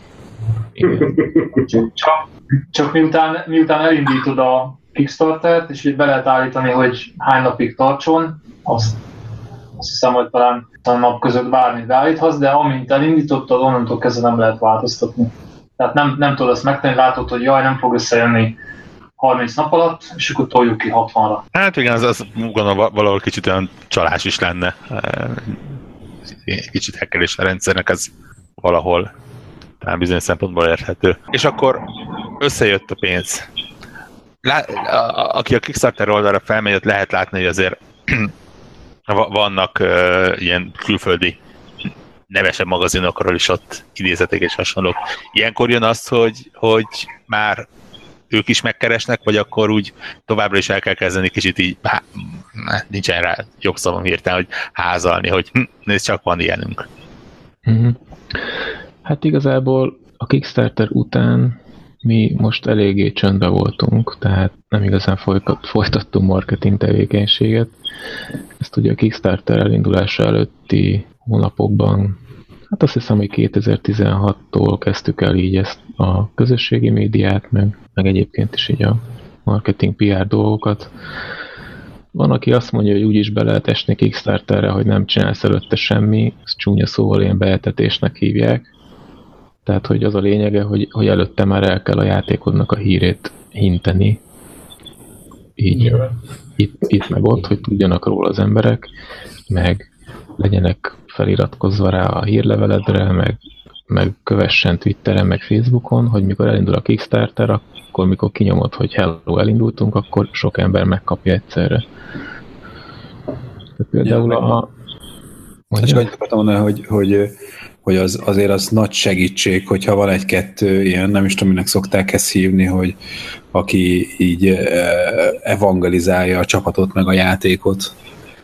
Speaker 2: Csak miután elindítod a Kickstartert, és így be lehet állítani, hogy hány napig tartson, azt hiszem, hogy talán a nap között bármit beállíthatsz, de amint elindítottad, onnantól kezdve nem lehet változtatni. Tehát nem tudod ezt megtenni, látod, hogy jaj, nem fog összejönni 30 nap alatt, és akkor toljuk ki 60-ra.
Speaker 1: Hát igen, az gondolom valahol kicsit olyan csalás is lenne. Kicsit hackelés a rendszernek, ez valahol talán bizonyos szempontból érthető. És akkor összejött a pénz. Aki a Kickstarter oldalra felmegy, lehet látni, hogy azért vannak ilyen külföldi nevesebb magazinokról is ott idézetek és hasonlók. Ilyenkor jön az, hogy már ők is megkeresnek, vagy akkor úgy továbbra is el kell kezdeni kicsit így, nincsen rá jobb szavam hirtelen, hogy házalni, hogy nézd, csak van ilyenünk.
Speaker 6: Hát igazából a Kickstarter után mi most eléggé csöndbe voltunk, tehát nem igazán folytattunk marketing tevékenységet. Ezt ugye a Kickstarter elindulása előtti hónapokban, hát azt hiszem, hogy 2016-tól kezdtük el így ezt a közösségi médiát, meg egyébként is így a marketing PR dolgokat. Van, aki azt mondja, hogy úgyis be lehet esni Kickstarterre, hogy nem csinálsz előtte semmi, ezt csúnya szóval ilyen beetetésnek hívják. Tehát, hogy az a lényege, hogy előtte már el kell a játékodnak a hírét hinteni. Így itt meg ott, hogy tudjanak róla az emberek, meg legyenek feliratkozva rá a hírleveledre, meg kövessen Twitteren, meg Facebookon, hogy mikor elindul a Kickstarter, akkor mikor kinyomod, hogy hello, elindultunk, akkor sok ember megkapja egyszerre. Tehát például
Speaker 5: csak annyit akartam mondani, hogy azért az nagy segítség, hogyha van egy-kettő ilyen, nem is tudom, minek szokták ezt hívni, hogy aki így evangelizálja a csapatot meg a játékot,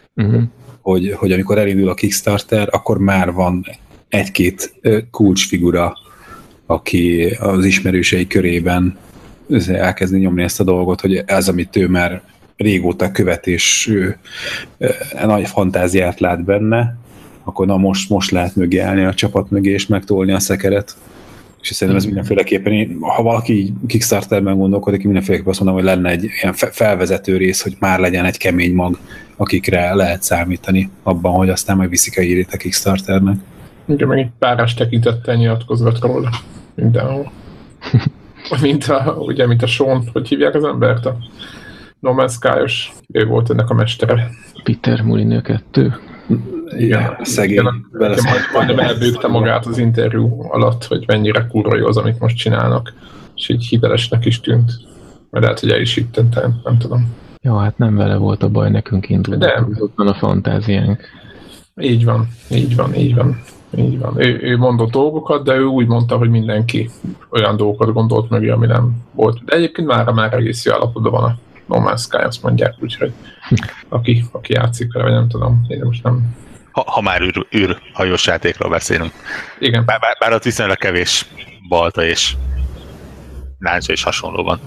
Speaker 5: hogy amikor elindul a Kickstarter, akkor már van egy-két kulcsfigura, aki az ismerősei körében elkezdi nyomni ezt a dolgot, hogy ez, amit ő már régóta követ, és nagy fantáziát lát benne, akkor na most lehet mögé állni a csapat mögé, és megtolni a szekeret. És szerintem ez mindenféleképpen, ha valaki Kickstarterben gondolkodik, mindenféleképpen azt mondom, hogy lenne egy ilyen felvezető rész, hogy már legyen egy kemény mag, akikre lehet számítani abban, hogy aztán majd viszik a hírét a Kickstarternek.
Speaker 3: Igen, meg egy párás tekintettel nyilatkozgat róla mindenhol. mint a Sean, hogy hívják az embert? A No Man's Sky-os. Ő volt ennek a mestere.
Speaker 6: Peter Molyneux 2.
Speaker 3: Igen,
Speaker 5: szegény.
Speaker 3: Majdnem elbőgte magát az interjú alatt, hogy mennyire kurva jó az, amit most csinálnak. És így hitelesnek is tűnt. Mert lehet, hogy el is hittem, nem tudom.
Speaker 6: Jó, hát nem vele volt a baj, nekünk indult.
Speaker 3: De
Speaker 6: ott van a fantáziánk.
Speaker 3: Így van. Ő mondott dolgokat, de ő úgy mondta, hogy mindenki olyan dolgokat gondolt mögé, ami nem volt. De egyébként már egész jó állapotban van a No Man's Sky, azt mondják, úgyhogy aki játszik vele, vagy nem tudom, én most nem...
Speaker 1: Ha már űrhajós játékról beszélünk.
Speaker 3: Igen.
Speaker 1: Bár ott viszonylag kevés balta és láncsa és hasonló van.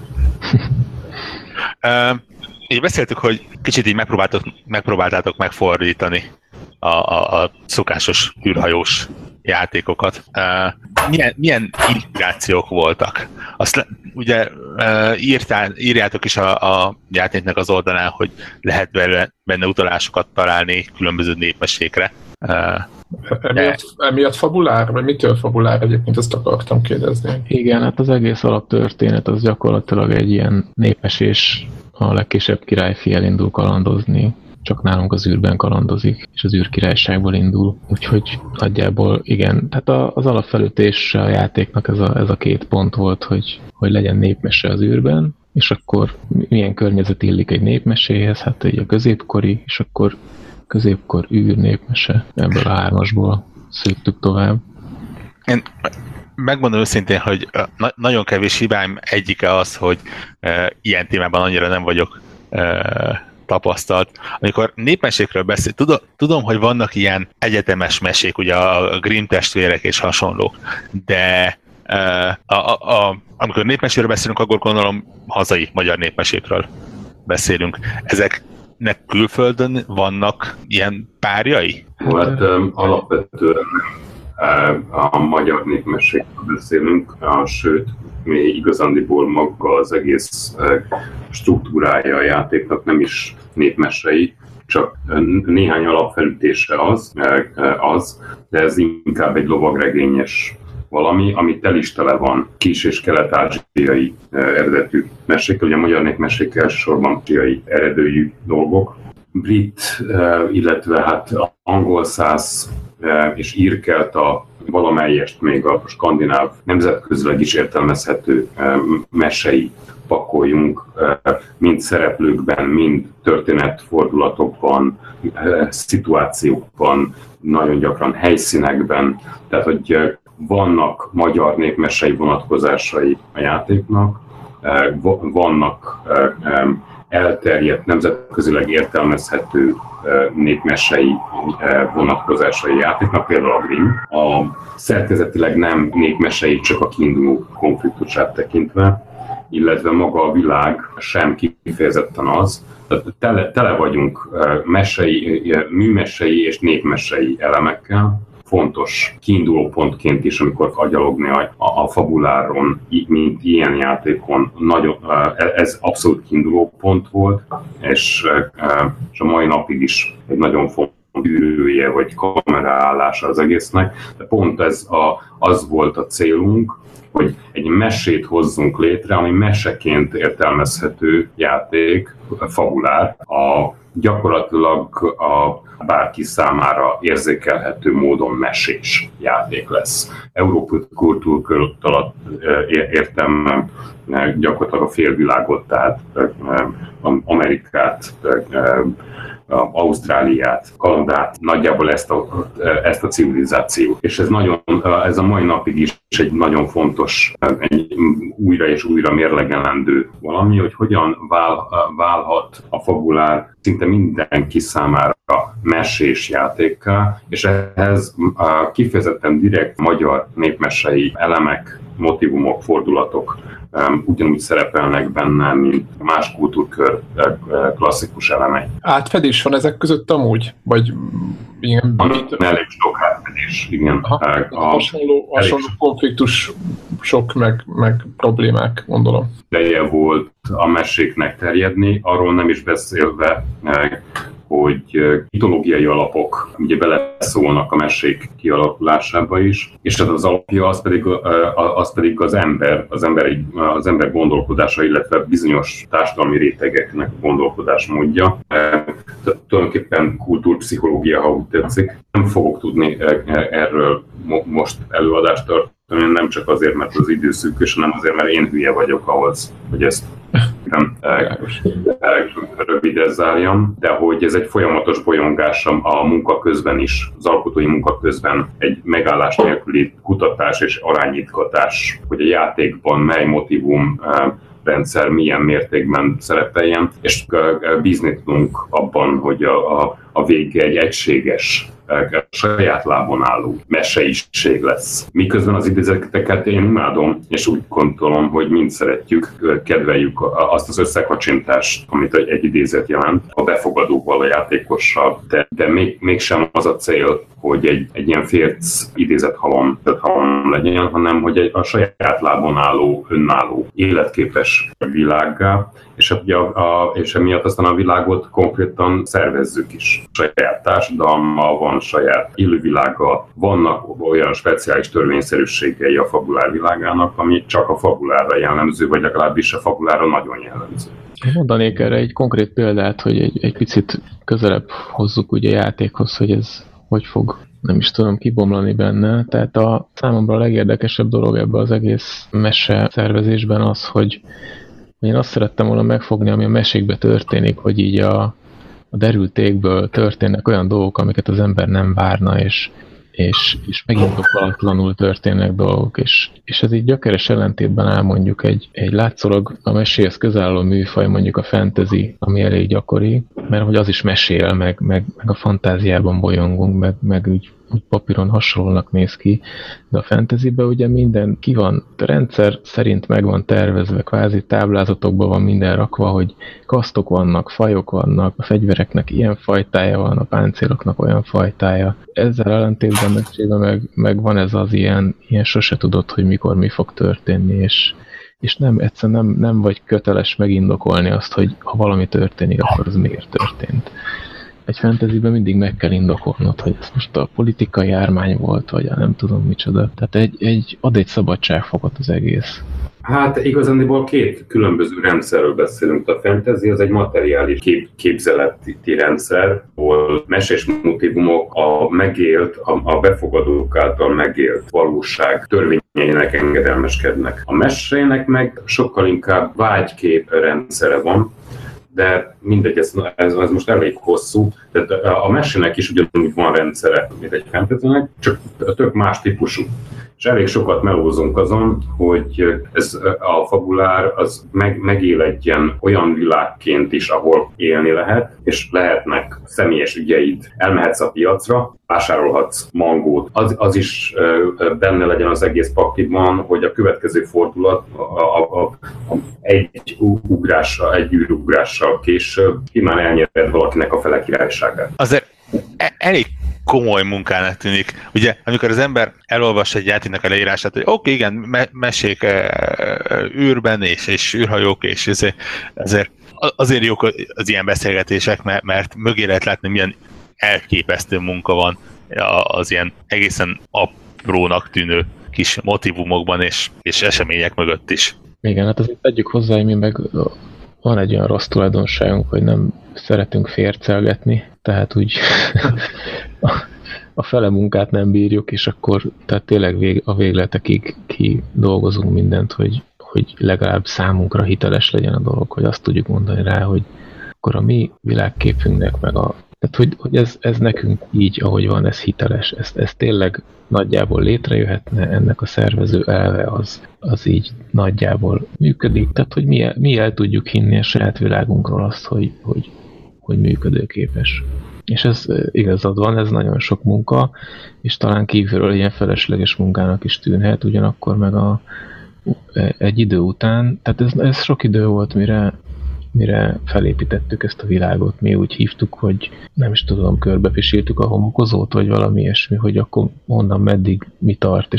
Speaker 1: Így beszéltük, hogy kicsit így megpróbáltátok megfordítani a szokásos űrhajós játékokat. Milyen inspirációk voltak? Azt ugye írjátok is a játéknak az oldalán, hogy lehet benne utalásokat találni különböző népmesékre.
Speaker 3: Emiatt fabulár? Vagy mitől fabulár egyébként? Ezt akartam kérdezni.
Speaker 6: Igen, hát az egész alaptörténet az gyakorlatilag egy ilyen népmesés, a legkisebb királyfi elindul kalandozni csak nálunk az űrben kalandozik, és az űrkirályságból indul. Úgyhogy nagyjából igen, tehát az alapfelütés a játéknak ez a 2 pont volt, hogy legyen népmese az űrben, és akkor milyen környezet illik egy népmeséhez, hát egy a középkori, és akkor középkor űr népmese, ebből a 3-asból szűttük tovább.
Speaker 1: Én megmondom őszintén, hogy nagyon kevés hibám egyike az, hogy ilyen témában annyira nem vagyok tapasztalt. Amikor népmesékről beszél, tudom, hogy vannak ilyen egyetemes mesék, ugye a Grimm testvérek és hasonlók, de amikor népmeséről beszélünk, akkor gondolom hazai magyar népmesékről beszélünk. Ezeknek külföldön vannak ilyen párjai?
Speaker 4: Hát alapvetően a magyar népmesékről beszélünk, sőt, igazándiból maga az egész struktúrája a játéknak nem is népmesei, csak néhány alapfelütése az, de ez inkább egy lovagregényes valami, ami tel is tele van kis- és kelet-ázsiai eredetű mesékkel. Ugye a magyar népmesék elsősorban ázsiai eredőjű dolgok. Brit, illetve hát angol-szász és írkelta valamelyest még a skandináv nemzetközileg is értelmezhető mesei pakoljunk, mind szereplőkben, mind történetfordulatokban, szituációkban, nagyon gyakran helyszínekben. Tehát, hogy vannak magyar népmesei vonatkozásai a játéknak, vannak elterjedt, nemzetközileg értelmezhető népmesei vonatkozásai játéknak, például a Grimm. A szerkezetileg nem népmesei, csak a kiinduló konfliktusát tekintve, illetve maga a világ sem kifejezetten az. Tehát tele vagyunk műmesei és népmesei elemekkel. Fontos kiinduló pontként is, amikor agyalogni a fabuláron, mint ilyen játékon, ez abszolút kiinduló pont volt, és a mai napig is egy nagyon fontos űrője vagy kameraállása az egésznek. De pont az volt a célunk, hogy egy mesét hozzunk létre, ami meseként értelmezhető játék, fabulár, gyakorlatilag bárki számára érzékelhető módon mesés játék lesz. Európai kultúrkört alatt értem gyakorlatilag a félvilágot, tehát Amerikát, Ausztráliát, Kanadát, nagyjából ezt a civilizációt. És ez a mai napig is egy nagyon fontos, egy újra és újra mérlegelendő valami, hogy hogyan válhat a fabulár szinte mindenki számára mesés játékká, és ehhez kifejezetten direkt magyar népmesei elemek, motivumok, fordulatok ugyanúgy szerepelnek benne, mint más kultúrkör klasszikus elemei.
Speaker 3: Átfedés van ezek között amúgy? Vagy igen?
Speaker 4: Elég sok átfedés, igen.
Speaker 3: Hasonló konfliktus sok meg problémák, gondolom.
Speaker 4: Ideje volt a meséknek terjedni, arról nem is beszélve, hogy mitológiai alapok ugye beleszólnak a mesék kialakulásába is, és az alapja az pedig az ember gondolkodása, illetve bizonyos társadalmi rétegeknek gondolkodásmódja. Tulajdonképpen kultúrpszichológia, ha úgy tetszik. Nem fogok tudni erről most előadást tartani, nem csak azért, mert az idő szűkös, hanem azért, mert én hülye vagyok ahhoz, hogy ezt röviden zárjam, de hogy ez egy folyamatos bolyongás a munka közben is, az alkotói munka közben egy megállás nélküli kutatás és arányítgatás, hogy a játékban mely motivum rendszer milyen mértékben szerepeljen, és bízni tudunk abban, hogy a vége egy egységes, saját lábon álló meseiség lesz. Miközben az idézeteket én imádom, és úgy gondolom, hogy mind szeretjük, kedveljük azt az összekacsintást, amit egy idézet jelent a befogadóval, a játékossal, de mégsem az a cél, hogy egy ilyen férc idézethalom legyen, hanem hogy a saját lábon álló, önálló, életképes világgá, és emiatt aztán a világot konkrétan szervezzük is. saját társadalma, van saját élővilága, vannak olyan speciális törvényszerűségei a fabulár világának, ami csak a fabulára jellemző, vagy legalábbis a fabulára nagyon jellemző.
Speaker 6: Mondanék erre egy konkrét példát, hogy egy picit közelebb hozzuk ugye a játékhoz, hogy ez hogy fog, nem is tudom, kibomlani benne. Tehát számomra a legérdekesebb dolog ebben az egész mese szervezésben az, hogy én azt szerettem volna megfogni, ami a mesékben történik, hogy így a derültékből történnek olyan dolgok, amiket az ember nem várna, és megindokolatlanul történnek dolgok, és ez így gyökeres ellentétben áll mondjuk egy látszólag a meséhez közel álló műfaj, mondjuk a fantasy, ami elég gyakori, mert hogy az is mesél, meg a fantáziában bolyongunk, meg úgy papíron hasonlónak néz ki, de a fantasyben ugye minden ki van, a rendszer szerint meg van tervezve, kvázi táblázatokban van minden rakva, hogy kasztok vannak, fajok vannak, a fegyvereknek ilyen fajtája van, a páncéloknak olyan fajtája. Ezzel ellentétben meg van ez az ilyen sose tudod, hogy mikor mi fog történni, és egyszerűen nem vagy köteles megindokolni azt, hogy ha valami történik, akkor az miért történt. Egy fantasyben mindig meg kell indokolnod, hogy ez most a politikai jármány volt, vagy a nem tudom micsoda. Tehát ad egy szabadságfogat az egész.
Speaker 4: Hát igazából két különböző rendszerről beszélünk. A fantasy az egy materiális képzeleti rendszer, ahol mesés motívumok a megélt, a befogadók által megélt valóság törvényeinek engedelmeskednek. A mesének meg sokkal inkább vágykép rendszere van, de mindegy, ez most elég hosszú. Tehát a mesének is ugyanúgy van rendszere, mint egy fantasynek, csak tök más típusú. És elég sokat melózunk azon, hogy ez a fabulár az megéledjen olyan világként is, ahol élni lehet, és lehetnek személyes ügyeid. Elmehetsz a piacra, vásárolhatsz mangót. Az is benne legyen az egész pakliban, hogy a következő fordulat egy űrugrással később immár elnyered valakinek a fele királyságát.
Speaker 1: Azért elég komoly munkának tűnik. Ugye, amikor az ember elolvas egy játéknak a leírását, hogy oké, igen, mesék űrben, és űrhajók, és azért jók az ilyen beszélgetések, mert mögé lehet látni, milyen elképesztő munka van az ilyen egészen aprónak tűnő kis motivumokban és események mögött is.
Speaker 6: Igen, hát azért tegyük hozzá, hogy mi meg van egy olyan rossz tulajdonságunk, hogy nem szeretünk fércelgetni, tehát úgy a fele munkát nem bírjuk, és akkor tehát tényleg a végletekig kidolgozunk mindent, hogy legalább számunkra hiteles legyen a dolog, hogy azt tudjuk mondani rá, hogy akkor a mi világképünknek meg tehát, hogy ez nekünk így, ahogy van, ez hiteles. Ez tényleg nagyjából létrejöhetne, ennek a szervező elve az így nagyjából működik. Tehát, hogy mi el tudjuk hinni a saját világunkról azt, hogy működőképes. És ez igazad van, ez nagyon sok munka, és talán kívülről ilyen felesleges munkának is tűnhet, ugyanakkor meg egy idő után, tehát ez sok idő volt, mire felépítettük ezt a világot. Mi úgy hívtuk, hogy nem is tudom, körbepisíltük a homokozót, vagy valami ilyesmi, hogy akkor onnan meddig mi tart,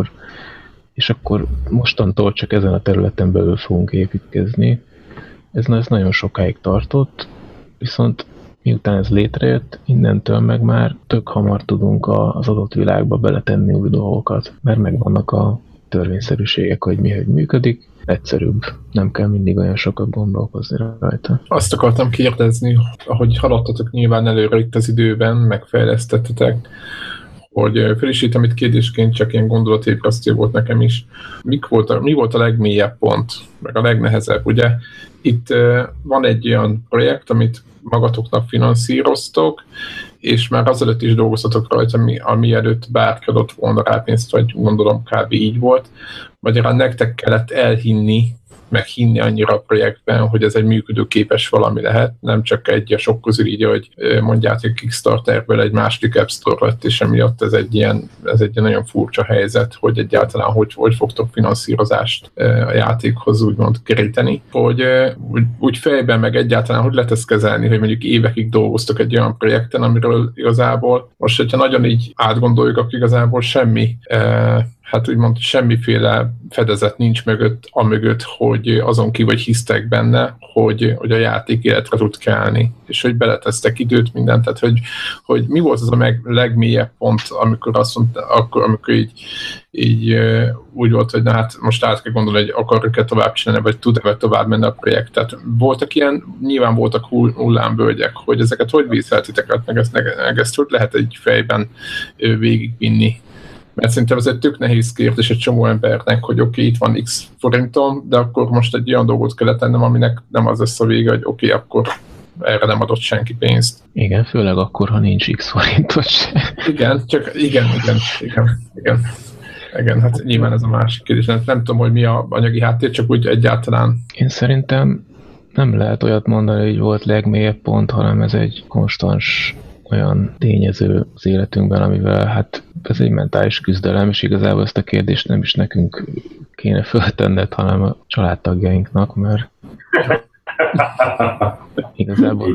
Speaker 6: és akkor mostantól csak ezen a területen belül fogunk építkezni. Ez nagyon sokáig tartott, viszont miután ez létrejött, innentől meg már tök hamar tudunk az adott világba beletenni új dolgokat, mert megvannak a törvényszerűségek, hogy mi hogy működik, egyszerűbb. Nem kell mindig olyan sokat gondolkozni rajta.
Speaker 3: Azt akartam kérdezni, ahogy haladtatok nyilván előre itt az időben, megfejlesztettetek, hogy frissítem itt kérdésként, csak ilyen gondolatébresztő volt nekem is. Mi volt a legmélyebb pont, meg a legnehezebb? Ugye itt van egy olyan projekt, amit magatoknak finanszíroztok, és már azelőtt is dolgoztatok rajta, ami előtt bárki adott volna rá pénzt, vagy gondolom kb. Így volt. Magyarán nektek kellett elhinni, meg hinni annyira a projektben, hogy ez egy működőképes valami lehet, nem csak egy a sok közül így, hogy mondjátok Kickstarterből egy második App Store lett, és emiatt ez egy nagyon furcsa helyzet, hogy egyáltalán hogy fogtok finanszírozást a játékhoz úgymond keríteni, hogy úgy fejben meg egyáltalán hogy lehet ezt kezelni, hogy mondjuk évekig dolgoztok egy olyan projekten, amiről igazából most, hogyha nagyon így átgondoljuk, akkor igazából semmi hát úgymond semmiféle fedezet nincs mögött, hogy azon ki vagy hisztek benne, hogy a játék életre tud kelni, és hogy beletesztek időt, mindent, tehát hogy mi volt az a legmélyebb pont, amikor azt mondta, amikor így úgy volt, hogy na hát most át kell gondolni, hogy akarjuk-e tovább csinálni, vagy tud-e tovább menni a projekt. Tehát voltak ilyen, nyilván voltak hullámvölgyek, hogy ezeket hogy vízheltitek, meg ezt hogy lehet egy fejben végigvinni. Mert szerintem ez egy tök nehéz kérdés egy csomó embernek, hogy oké, itt van X forintom, de akkor most egy olyan dolgot kell tennem, aminek nem az lesz a vége, hogy oké, akkor erre nem adott senki pénzt.
Speaker 6: Igen, főleg akkor, ha nincs X forintot se.
Speaker 3: Igen, csak igen, hát nyilván ez a másik kérdés. Nem tudom, hogy mi a anyagi háttér, csak úgy egyáltalán.
Speaker 6: Én szerintem nem lehet olyat mondani, hogy volt legmélyebb pont, hanem ez egy konstans olyan tényező az életünkben, amivel hát ez egy mentális küzdelem, és igazából ezt a kérdést nem is nekünk kéne föltenned, hanem a családtagjainknak, mert igazából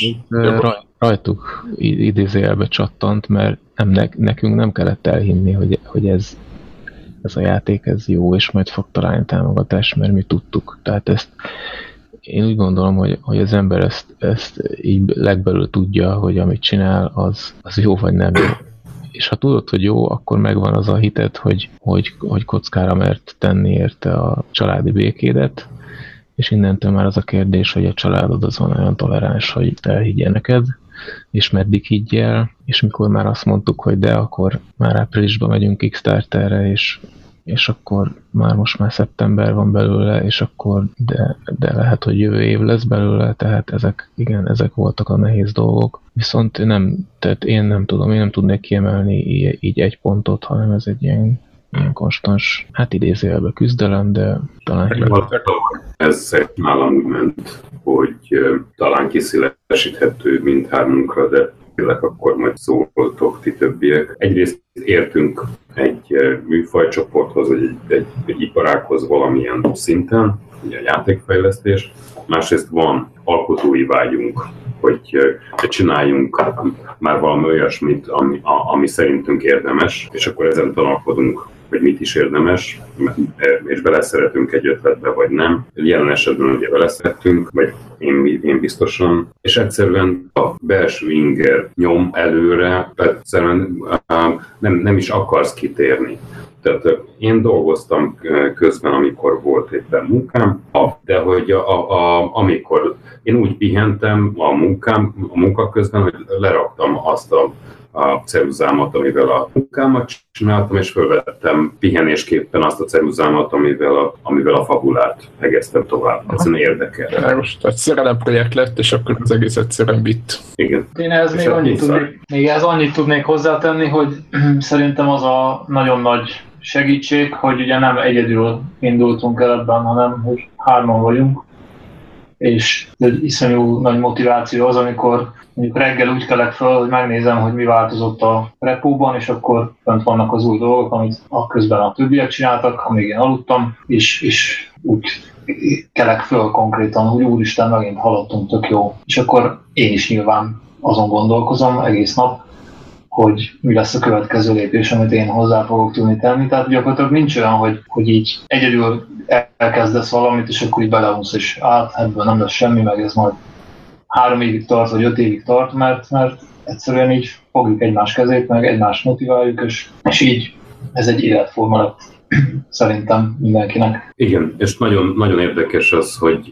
Speaker 6: rajtuk idézőjelbe csattant, mert nekünk nem kellett elhinni, hogy ez a játék ez jó, és majd fog találni támogatást, mert mi tudtuk. Tehát ezt én úgy gondolom, hogy az ember ezt így legbelül tudja, hogy amit csinál, az jó vagy nem jó. És ha tudod, hogy jó, akkor megvan az a hited, hogy kockára mert tenni érte a családi békédet, és innentől már az a kérdés, hogy a családod azon olyan toleráns, hogy elhiggye neked, és meddig higgyel, és mikor már azt mondtuk, hogy de, akkor már áprilisban megyünk Kickstarterre, és akkor most már szeptember van belőle, és akkor de lehet, hogy jövő év lesz belőle, tehát ezek voltak a nehéz dolgok. Viszont tehát én nem tudnék kiemelni így egy pontot, hanem ez egy ilyen konstans, hát idézőjelben küzdelem, de talán...
Speaker 4: Ez nálam ment, hogy talán kiszélesíthető mindhármunkra, de tényleg akkor majd szóltok ti többiek. Egyrészt értünk egy műfajcsoporthoz, vagy egy iparághoz valamilyen szinten, ugye a játékfejlesztés. Másrészt van alkotói vágyunk, hogy csináljunk már valami olyasmit, ami szerintünk érdemes, és akkor ezen tanulkodunk, hogy mit is érdemes, és beleszeretünk egy ötletbe, vagy nem. Jelen esetben ugye beleszerettünk, vagy én biztosan, és egyszerűen a belső inger nyom előre, egyszerűen nem is akarsz kitérni. Tehát én dolgoztam közben, amikor volt éppen munkám, de hogy amikor én úgy pihentem a munka közben, hogy leraktam azt a ceruzámat, amivel a munkámat csináltam, és fölvettem pihenésképpen azt a ceruzámat, amivel a fabulárt hegeztem tovább. Egyszerűen érdekel.
Speaker 3: Most egy szerelemprojekt lett, és akkor az egész egyszerűen vitt.
Speaker 4: Igen.
Speaker 2: Én ehhez még annyit tudnék hozzátenni, hogy szerintem az a nagyon nagy segítség, hogy ugye nem egyedül indultunk el ebben, hanem hogy hárman vagyunk. És egy iszonyú nagy motiváció az, amikor mondjuk reggel úgy kelek föl, hogy megnézem, hogy mi változott a repóban, és akkor fönt vannak az új dolgok, amit közben a többiek csináltak, amíg én aludtam, és úgy kelek föl konkrétan, hogy úristen, megint haladtunk, tök jó. És akkor én is nyilván azon gondolkozom egész nap, hogy mi lesz a következő lépés, amit én hozzá fogok tudni tenni. Tehát gyakorlatilag nincs olyan, hogy így egyedül elkezdesz valamit, és akkor így beleunsz, és ebből nem lesz semmi, meg ez majd 3 évig tart, vagy 5 évig tart, mert egyszerűen így fogjuk egymás kezét, meg egymást motiváljuk, és így ez egy életforma lett szerintem mindenkinek.
Speaker 4: Igen, és nagyon, nagyon érdekes az, hogy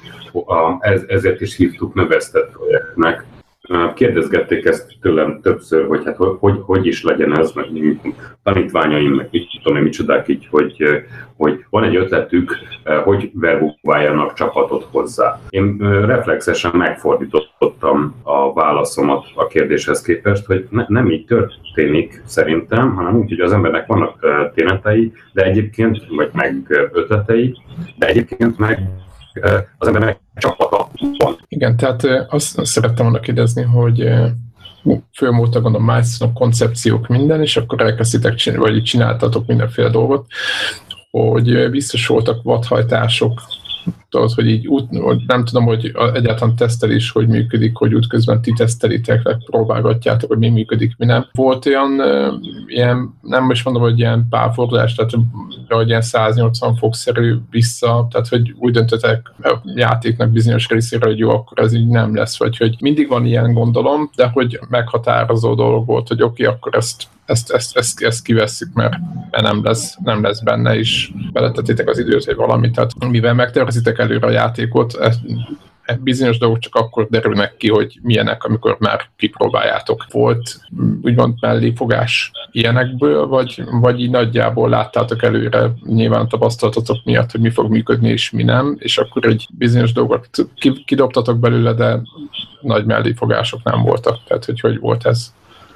Speaker 4: ezért is hívtuk növesztett projektnek. Kérdezgették ezt tőlem többször, hogy hát hogy is legyen ez, meg tanítványaim, meg micsodák így, hogy van egy ötletük, hogy verbuváljanak csapatot hozzá. Én reflexesen megfordítottam a válaszomat a kérdéshez képest, hogy nem így történik szerintem, hanem úgy, hogy az embernek vannak tényletei, de egyébként, vagy meg ötletei, de egyébként meg az embernek csapata van.
Speaker 3: Igen, tehát azt szerettem volna kérdezni, hogy fölmúltak gondolom milestone koncepciók minden, és akkor elkezdtétek vagy csináltatok mindenféle dolgot, hogy biztos voltak vadhajtások, tudod, hogy így nem tudom, hogy egyáltalán tesztelés, hogy működik, hogy útközben ti tesztelitek, próbálgatjátok, hogy mi működik, mi nem. Volt olyan ilyen, nem is mondom, hogy ilyen párfordulás, tehát hogy ilyen 180 fokszerű vissza, tehát hogy úgy döntöttek a játéknak bizonyos részére, hogy jó, akkor ez így nem lesz, vagy hogy mindig van ilyen gondolom, de hogy meghatározó dolog volt, hogy oké, akkor ezt kivesszük, mert nem lesz benne, és beletettétek az időt, hogy valamit, tehát mivel megtervezitek előre a játékot, bizonyos dolgok csak akkor derülnek ki, hogy milyenek, amikor már kipróbáljátok. Volt úgymond melléfogás ilyenekből, vagy így nagyjából láttátok előre, nyilván tapasztalatotok miatt, hogy mi fog működni és mi nem, és akkor egy bizonyos dolgot kidobtatok belőle, de nagy melléfogások nem voltak. Tehát, hogy volt ez?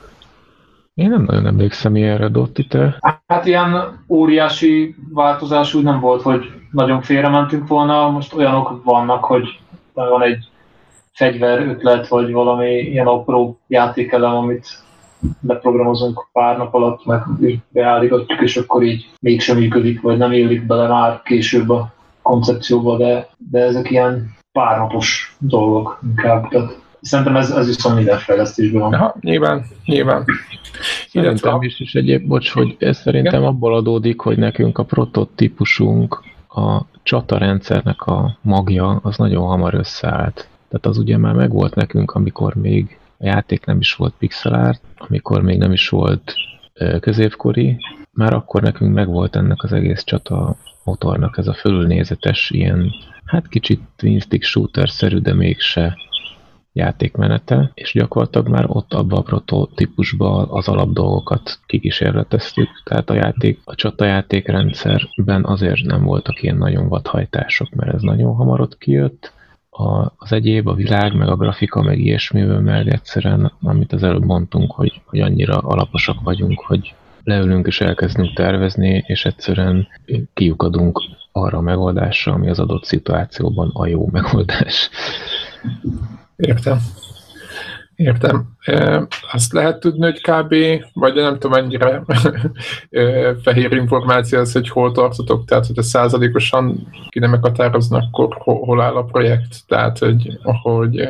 Speaker 6: Én nem nagyon emlékszem ilyenre, Dotti, te?
Speaker 2: Hát ilyen óriási változás úgy nem volt, hogy nagyon félrementünk volna. Most olyanok vannak, hogy van egy fegyver ötlet, vagy valami ilyen apró játékelem, amit beprogramozunk pár nap alatt, meg beállítgatjuk, és akkor így mégsem működik, vagy nem élik bele már később a koncepcióba, de ezek ilyen párnapos dolgok inkább. Tehát szerintem ez viszont minden fejlesztésben van.
Speaker 3: Ja, nyilván.
Speaker 6: Szerintem is egyéb, hogy ez szerintem abból adódik, hogy nekünk a prototípusunk, a csatarendszernek a magja, az nagyon hamar összeállt. Tehát az ugye már megvolt nekünk, amikor még a játék nem is volt pixel art, amikor még nem is volt középkori, már akkor nekünk megvolt ennek az egész csata motornak ez a fölülnézetes ilyen, hát kicsit twin stick shooter-szerű, de mégse játékmenete, és gyakorlatilag már ott abban a prototípusban az alapdolgokat kikísérleteztük, tehát a csatajátékrendszerben azért nem voltak ilyen nagyon vadhajtások, mert ez nagyon hamar ott kijött. Az egyéb, a világ, meg a grafika, meg ilyesmiből, meg egyszerűen, amit az előbb mondtunk, hogy annyira alaposak vagyunk, hogy leülünk és elkezdünk tervezni, és egyszerűen kiukadunk arra a megoldásra, ami az adott szituációban a jó megoldás.
Speaker 3: Értem. Azt lehet tudni, hogy kb. Vagy nem tudom mennyire fehér információ az, hogy hol tartotok, tehát hogy a százalékosan ki nem meghatároznak, akkor hol áll a projekt, tehát hogy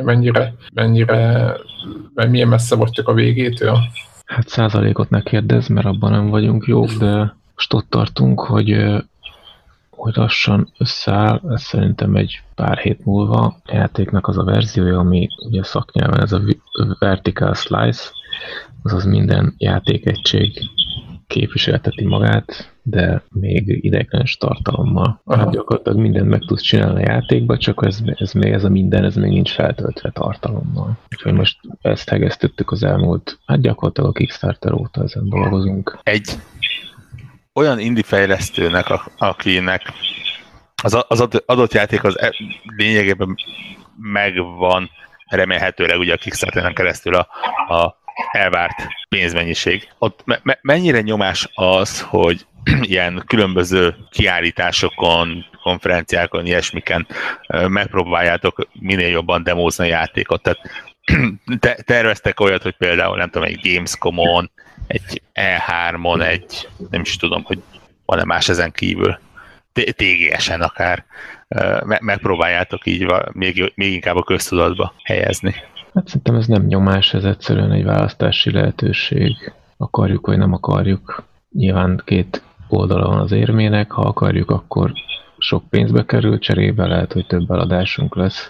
Speaker 3: milyen messze vagytok a végétől?
Speaker 6: Hát százalékot ne kérdezz, mert abban nem vagyunk jók, de most ott tartunk, hogy lassan összeáll, ez szerintem egy pár hét múlva a játéknak az a verziója, ami ugye szaknyelven ez a vertical slice, azaz minden játékegység képviselteti magát, de még ideiglenes tartalommal. Hát gyakorlatilag mindent meg tudsz csinálni a játékba, csak ez még nincs feltöltve tartalommal. Úgyhogy most ezt hegesztettük az elmúlt, hát gyakorlatilag a Kickstarter óta ezen dolgozunk.
Speaker 1: Egy olyan indie fejlesztőnek, akinek az adott játék az lényegében megvan, remélhetőleg ugye a Kickstarteren keresztül a elvárt pénzmennyiség. Ott mennyire nyomás az, hogy ilyen különböző kiállításokon, konferenciákon, ilyesmiken megpróbáljátok minél jobban demózni a játékot. Tehát terveztek olyat, hogy például nem tudom, egy Gamescom-on, egy E3-on, egy nem is tudom, hogy van-e más ezen kívül, TGS-en akár megpróbáljátok így még inkább a köztudatba helyezni.
Speaker 6: Hát szerintem ez nem nyomás, ez egyszerűen egy választási lehetőség. Akarjuk, vagy nem akarjuk. Nyilván két oldala van az érmének, ha akarjuk, akkor sok pénzbe kerül, cserébe lehet, hogy több eladásunk lesz.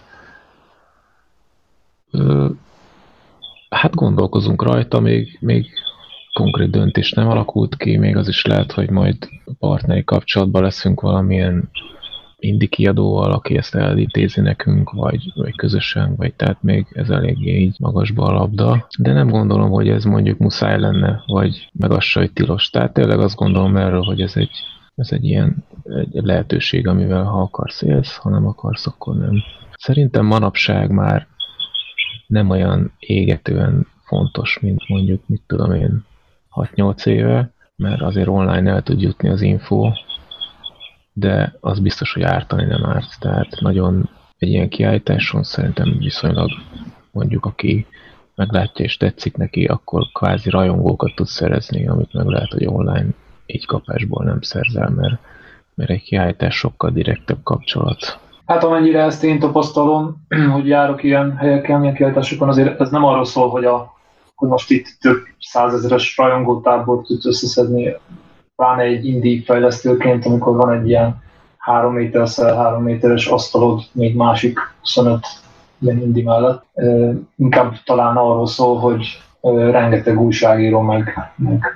Speaker 6: Hát gondolkozunk rajta, még konkrét döntés nem alakult ki, még az is lehet, hogy majd partneri kapcsolatban leszünk valamilyen indie kiadóval, aki ezt elintézi nekünk, vagy közösen, vagy tehát még ez eléggé így magasba a labda. De nem gondolom, hogy ez mondjuk muszáj lenne, vagy meg az se, hogy tilos. Tehát tényleg azt gondolom erről, hogy ez egy ilyen egy lehetőség, amivel ha akarsz élsz, ha nem akarsz, akkor nem. Szerintem manapság már nem olyan égetően fontos, mint mondjuk, mit tudom én, 6-8 éve, mert azért online el tud jutni az info, de az biztos, hogy ártani nem árt. Tehát nagyon egy ilyen kiállításon szerintem viszonylag mondjuk, aki meglátja és tetszik neki, akkor kvázi rajongókat tud szerezni, amit meg lehet, hogy online így kapásból nem szerzel, mert egy kiállítás sokkal direktebb kapcsolat.
Speaker 2: Hát amennyire ezt én tapasztalom, hogy járok ilyen helyeken, ilyen kiállításokon, azért ez nem arról szól, hogy most itt több százezeres rajongótábort tudsz összeszedni, pláne egy indie fejlesztőként, amikor van egy ilyen 3 méter-szer 3 méteres asztalod még másik 25 ilyen indie mellett. Inkább talán arról szól, hogy rengeteg újságíró, meg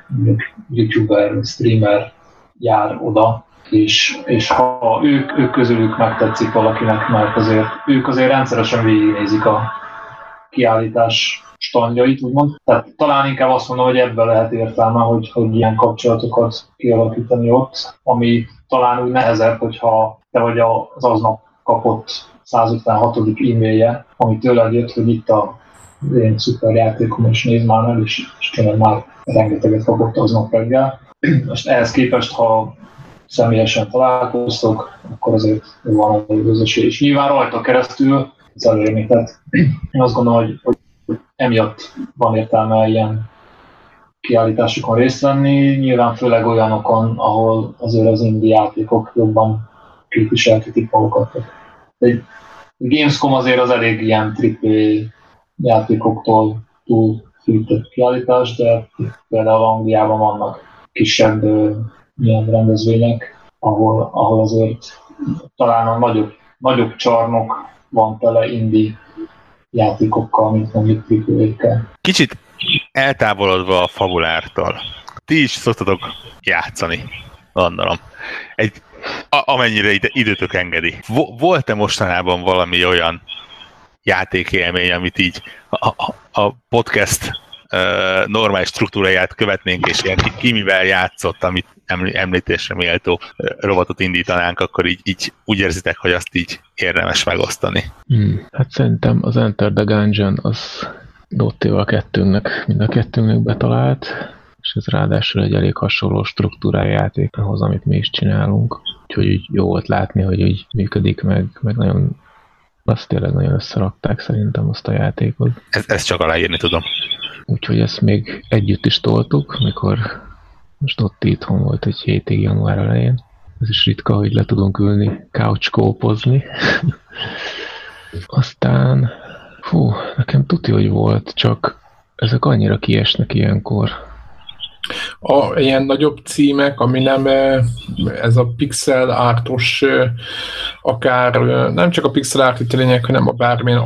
Speaker 2: youtuber, streamer jár oda, és ha ők közülük megtetszik valakinek, mert azért ők azért rendszeresen végignézik a kiállítás standjait, úgymond. Tehát talán inkább azt mondom, hogy ebben lehet értelme, hogy ilyen kapcsolatokat kialakítani ott, ami talán úgy nehezebb, hogyha te vagy az aznap kapott 156. e-mailje, ami tőled jött, hogy itt a én szuper játékom, és nézd már meg, és tényleg már rengeteget kapott aznap reggel. Most ehhez képest, ha személyesen találkoztok, akkor azért van egy közösség. És nyilván rajta keresztül az elérni. Tehát én azt gondolom, hogy emiatt van értelme ilyen kiállításokon részt venni, nyilván főleg olyanokon, ahol azért az indie játékok jobban képviseltetik magukat. Egy Gamescom azért az elég ilyen AAA játékoktól túl fűtött kiállítás, de például Angliában vannak kisebb ilyen rendezvények, ahol azért talán a nagyobb csarnok van tele indie játékokkal, mint mondjuk AAA-kkel.
Speaker 1: Kicsit eltávolodva a fabulártól. Ti is szoktatok játszani, gondolom. Amennyire időtök engedi. Volt-e mostanában valami olyan játékélmény, amit így a podcast normális struktúráját követnénk, és ilyen ki mivel játszott, amit említésre méltó robotot indítanánk, akkor így úgy érzitek, hogy azt így érdemes megosztani.
Speaker 6: Hát szerintem az Enter the Gungeon az Dottival mind a kettőnknek betalált, és ez ráadásul egy elég hasonló struktúrájú játékhoz, amit mi is csinálunk. Úgyhogy így jó volt látni, hogy így működik, meg nagyon, azt tényleg nagyon összerakták szerintem azt a játékot.
Speaker 1: Ezt csak aláírni tudom.
Speaker 6: Úgyhogy ezt még együtt is toltuk, mikor most Dotti itthon volt egy hétig január elején. Ez is ritka, hogy le tudunk ülni, couch-kópozni. Aztán, nekem tuti, hogy volt, csak ezek annyira kiesnek ilyenkor.
Speaker 3: Ilyen nagyobb címek, ami nem ez a pixel artos, akár nem csak a pixel art itt a lényeg, hanem a bármilyen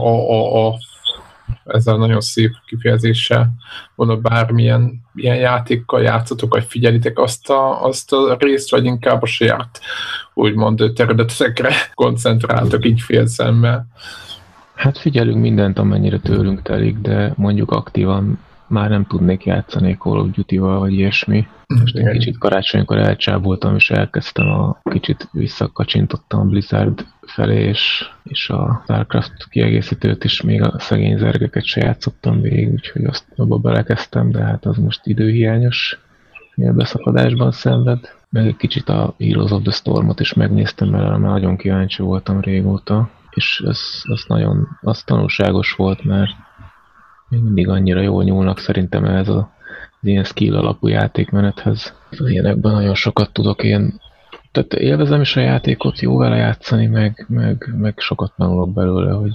Speaker 3: ezzel nagyon szép kifejezéssel mondom, bármilyen ilyen játékkal játszotok, vagy figyelitek azt a részt, vagy inkább a saját úgymond területekre koncentráltok így félszemmel.
Speaker 6: Hát figyelünk mindent, amennyire tőlünk telik, de mondjuk aktívan már nem tudnék játszani Call of Duty-val, vagy ilyesmi. Most egy kicsit karácsonykor elcsáboltam, és elkezdtem kicsit visszakacsintottam a Blizzard felé, és a Starcraft kiegészítőt is, még a szegény zergeket se játszottam végig, úgyhogy azt abba belekezdtem, de hát az most időhiányos, beszakadásban szenved. Meg egy kicsit a Heroes of the Stormot is megnéztem, mert nagyon kíváncsi voltam régóta, és az tanulságos volt, mert még mindig annyira jól nyúlnak szerintem ez az ilyen skill alapú játékmenethez. Az ilyenekben nagyon sokat tudok én. Tehát élvezem is a játékot, jó vele játszani, meg sokat tanulok belőle, hogy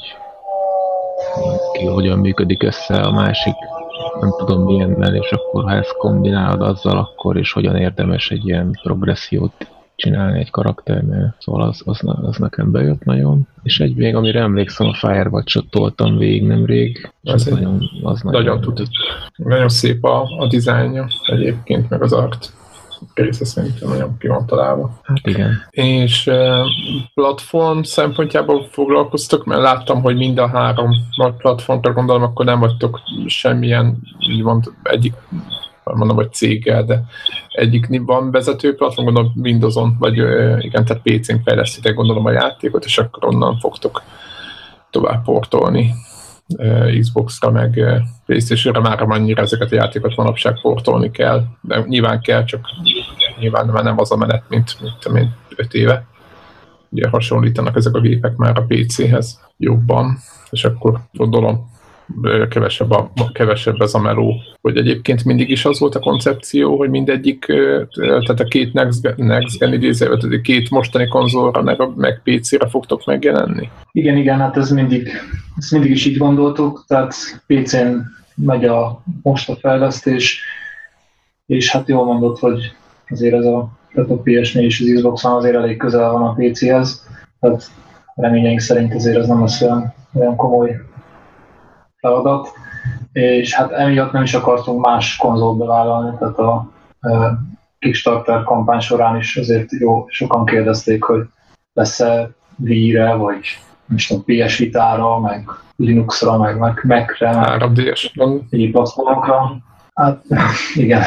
Speaker 6: ki hogyan működik össze a másik, nem tudom milyennel, és akkor ha ezt kombinálod azzal, akkor és hogyan érdemes egy ilyen progressziót csinálni egy karakternél. Szóval az nekem bejött nagyon. És egy még, amire emlékszem, a Firewatch-ot toltam végig nemrég. Az nagyon tudott.
Speaker 3: Nagyon szép a dizájnja egyébként, meg az art része szerintem nagyon ki van találva.
Speaker 6: Hát igen. És
Speaker 3: platform szempontjából foglalkoztok, mert láttam, hogy mind a 3 platformra gondolom, akkor nem vagytok semmilyen, úgymond egyik, mondom, hogy céggel, de egyik van vezető platform, gondolom Windowson, vagy igen, tehát PC-n fejlesztitek gondolom a játékot, és akkor onnan fogtok tovább portolni Xbox-ra, meg PlayStation-ra, már annyira ezeket a játékokat manapság portolni kell, de nyilván kell, csak nyilván már nem az a menet, mint 5 éve. Ugye hasonlítanak ezek a gépek már a PC-hez jobban, és akkor gondolom kevesebb az a meló. Hogy egyébként mindig is az volt a koncepció, hogy mindegyik, tehát a két Next Gen idézővel, tehát a két mostani konzolra, meg PC-re fogtok megjelenni?
Speaker 2: Igen, hát ezt mindig is így gondoltuk, tehát PC-n megy most a fejlesztés, és hát jól mondod, hogy azért tehát a PS4 és az Xbox-on azért elég közel van a PC-hez, tehát reményeink szerint azért ez nem lesz olyan komoly feladat, és hát emiatt nem is akartunk más konzolt bevállalni, tehát a Kickstarter kampány során is azért sokan kérdezték, hogy lesz-e Wii-re, vagy most a PS Vita-ra, meg Linuxra, meg Mac-re,
Speaker 3: 3DS-ban.
Speaker 2: egyéb platformokra. Hát igen.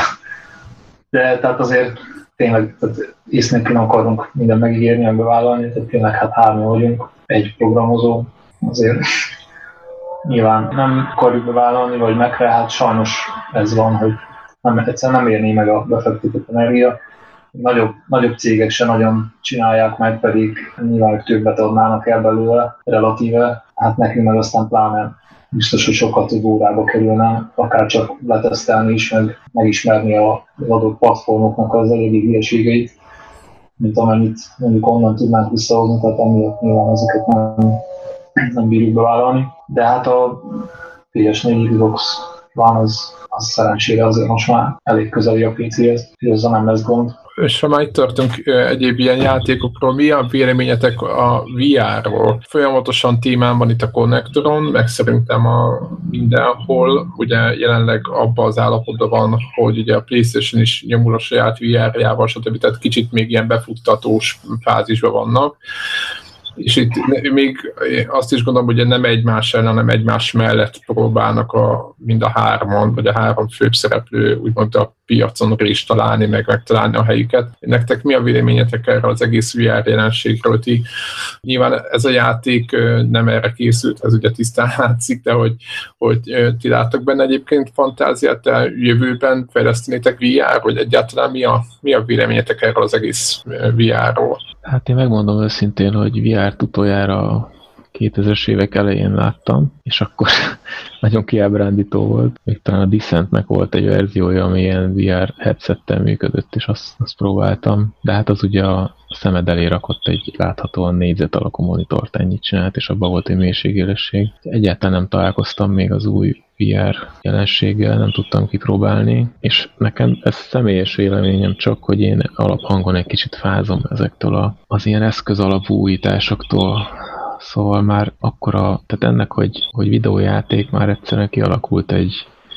Speaker 2: De tehát azért tényleg észnél nem akarunk mindent megígérni, meg bevállalni, tehát tényleg hát 3 vagyunk, egy programozó, azért nyilván nem akarjuk bevállalni, vagy Mac-re, hát sajnos ez van, hogy egyszerűen nem érné meg a befektetett energia. Nagyobb cégek se nagyon csinálják meg, pedig nyilván többet adnának el belőle relatíve, hát nekünk meg aztán pláne biztos, hogy sokkal több órába kerülne, akár csak letesztelni is, meg megismerni az adott platformoknak az eléggé hülyeségeit, mint amennyit mondjuk onnan tudnánk visszahozni, tehát emiatt nyilván ezeket nem bírjuk bevállalni. De hát a PS4 Xbox One az szerencsére azért most már elég közeli a PC-hez, hogy ezzel nem lesz gond.
Speaker 3: És ha már itt tartunk egyéb ilyen játékokról, mi a véleményetek a VR-ról? Folyamatosan témán van itt a Konnektoron, meg szerintem mindenhol, ugye jelenleg abban az állapotban van, hogy ugye a PlayStation is nyomul a saját VR-jával, stb. Tehát kicsit még ilyen befuttatós fázisban vannak. És itt még azt is gondolom, hogy nem egymás ellen, hanem egymás mellett próbálnak mind a hárman, vagy a 3 főbb szereplő úgymond a piacon is találni, meg megtalálni a helyüket. Nektek mi a véleményetek erről az egész VR jelenségről? Nyilván ez a játék nem erre készült, ez ugye tisztán látszik, de hogy ti láttok benne egyébként fantáziát, de jövőben fejlesztenétek VR, vagy egyáltalán mi a véleményetek erről az egész VR-ról?
Speaker 6: Hát én megmondom őszintén, hogy VR-t utoljára 2000-es évek elején láttam, és akkor nagyon kiábrándító volt. Még talán a Descentnek volt egy verziója, ami ilyen VR headsettel működött, és azt próbáltam. De hát az ugye a szemed elé rakott egy láthatóan négyzet alakú monitort, ennyit csinált, és abban volt egy mélységélesség. Egyáltalán nem találkoztam még az új VR jelenséggel, nem tudtam kipróbálni, és nekem ez személyes véleményem csak, hogy én alaphangon egy kicsit fázom ezektől az ilyen eszköz alapú újításoktól. Szóval már akkora, tehát ennek, hogy videójáték már egyszerűen kialakult egy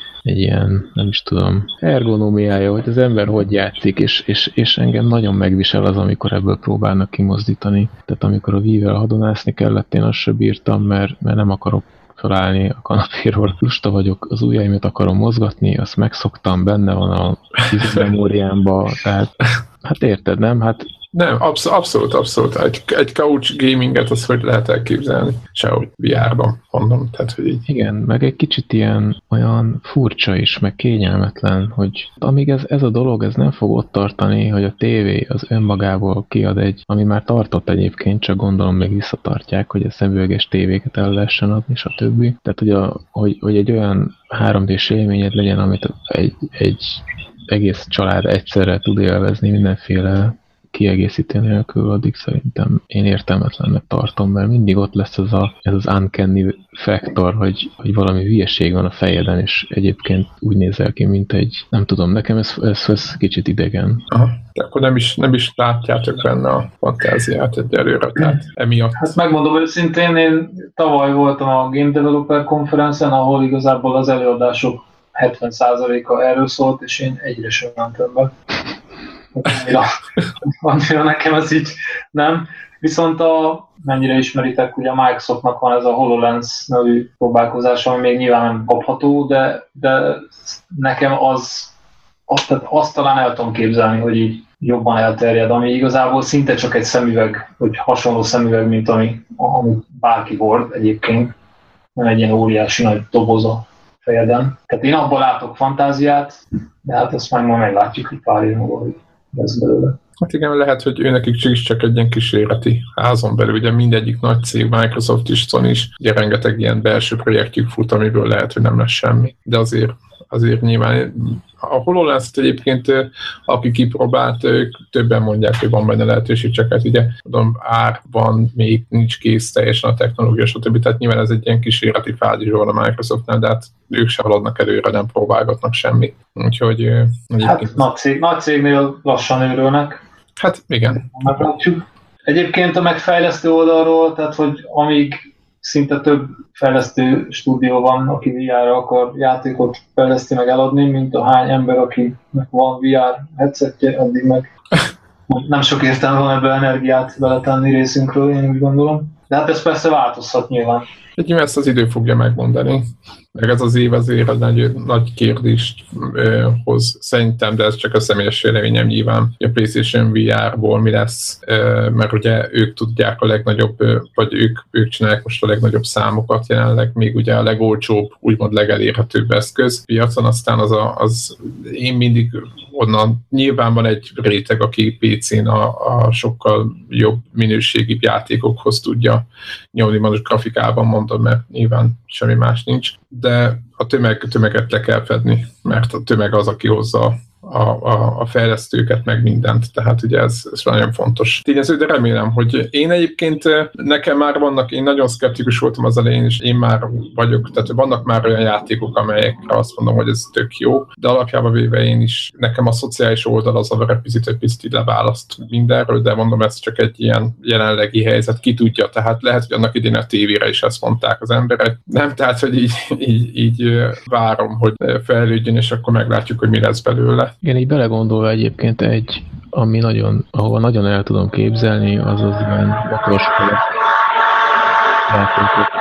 Speaker 6: ilyen, nem is tudom, ergonómiája, hogy az ember hogy játszik, és engem nagyon megvisel az, amikor ebből próbálnak kimozdítani. Tehát amikor a Wii-vel hadonászni kellett, én azt sem bírtam, mert nem akarok felállni a kanapéról. Lusta vagyok, az ujjaimat akarom mozgatni, azt megszoktam, benne van a memóriámban, tehát hát érted, nem? Hát
Speaker 3: nem, abszolút. Egy couch gaminget az hogy lehet elképzelni? Sehogy VR-ban, mondom. Tehát, hogy így.
Speaker 6: Igen, meg egy kicsit ilyen olyan furcsa is, meg kényelmetlen, hogy amíg ez a dolog, ez nem fog ott tartani, hogy a tévé az önmagából kiad ami már tartott egyébként, csak gondolom még visszatartják, hogy a szemüveges tévéket el lehessen adni, stb. Tehát, hogy egy olyan 3D-s élményed legyen, amit egy egész család egyszerre tud élvezni mindenféle kiegészítő nélkül, addig szerintem én értelmetlennek tartom, mert mindig ott lesz ez az uncanny factor, hogy valami hülyeség van a fejeden, és egyébként úgy nézel ki, mint egy, nem tudom, nekem ez kicsit idegen.
Speaker 3: Aha. De akkor nem is látjátok benne a fantáziát egyelőre, tehát emiatt.
Speaker 2: Hát megmondom őszintén, én tavaly voltam a Game Developer Conference-en, ahol igazából az előadások 70%-a erről szólt, és én egyre sem mentem be. Annyira nekem ez így nem. Viszont mennyire ismeritek, ugye a Microsoftnak van ez a HoloLens nevű próbálkozás, ami még nyilván nem kapható, de nekem azt talán el tudom képzelni, hogy így jobban elterjed, ami igazából szinte csak egy szemüveg, vagy hasonló szemüveg, mint ami bárki hord egyébként, nem egy ilyen óriási nagy doboz a fejeden. Tehát én abban látok fantáziát, de hát ezt majd meglátjuk, hogy pár év múlva, hogy lesz belőle.
Speaker 3: Hát igen, lehet, hogy őnekik is csak egy ilyen kísérleti házon belül, ugye mindegyik nagy cég, Microsoft is, Sony is, ugye rengeteg ilyen belső projektjük fut, amiből lehet, hogy nem lesz semmi. De azért nyilván a HoloLens-t egyébként, aki kipróbált, ők többen mondják, hogy van benne lehetőség, csak hát ugye tudom, árban még nincs kész teljesen a technológia, stb. Tehát nyilván ez egy ilyen kísérleti fázisról a Microsoftnál, de hát ők sem haladnak előre, nem próbálgatnak semmit. Úgyhogy
Speaker 2: hát nagy cégnél lassan őrülnek.
Speaker 3: Hát igen.
Speaker 2: Egyébként a megfejlesztő oldalról, tehát hogy amíg szinte több fejlesztő stúdió van, aki VR-ra akar játékot fejleszti meg eladni, mint a hány ember, akinek van VR headsetje, addig meg nem sok értelme van ebbe energiát beletenni részünkről, én úgy gondolom. De hát ez persze változhat nyilván.
Speaker 3: Nyilván ezt az idő fogja megmondani. Meg ez az év azért egy nagy kérdést hoz szerintem, de ez csak a személyes véleményem nyilván. A PlayStation VR-ból mi lesz, mert ugye ők tudják a legnagyobb, vagy ők csinálják most a legnagyobb számokat jelenleg, még ugye a legolcsóbb, úgymond legelérhetőbb eszköz piacon, aztán az én mindig onnan nyilván van egy réteg, aki PC-n a sokkal jobb minőségi játékokhoz tudja nyomni, most grafikában mondom, mert nyilván semmi más nincs, de a tömeget le kell fedni, mert a tömeg az, aki hozza a fejlesztőket, meg mindent, tehát ugye ez nagyon fontos tényező, de remélem, hogy én egyébként nekem már vannak, én nagyon szkeptikus voltam az elején, és én már vagyok, tehát vannak már olyan játékok, amelyekre azt mondom, hogy ez tök jó, de alapjában véve én is, nekem a szociális oldal az a picit leválaszt mindenről, de mondom, ez csak egy ilyen jelenlegi helyzet, ki tudja, tehát lehet, hogy annak idén a tévére is ezt mondták az emberek, nem, tehát, hogy így várom, hogy fejlődjön, és akkor meglátjuk, hogy mi lesz belőle.
Speaker 6: Igen, így belegondolva egyébként ahova nagyon el tudom képzelni, az ilyen motorsport játékok.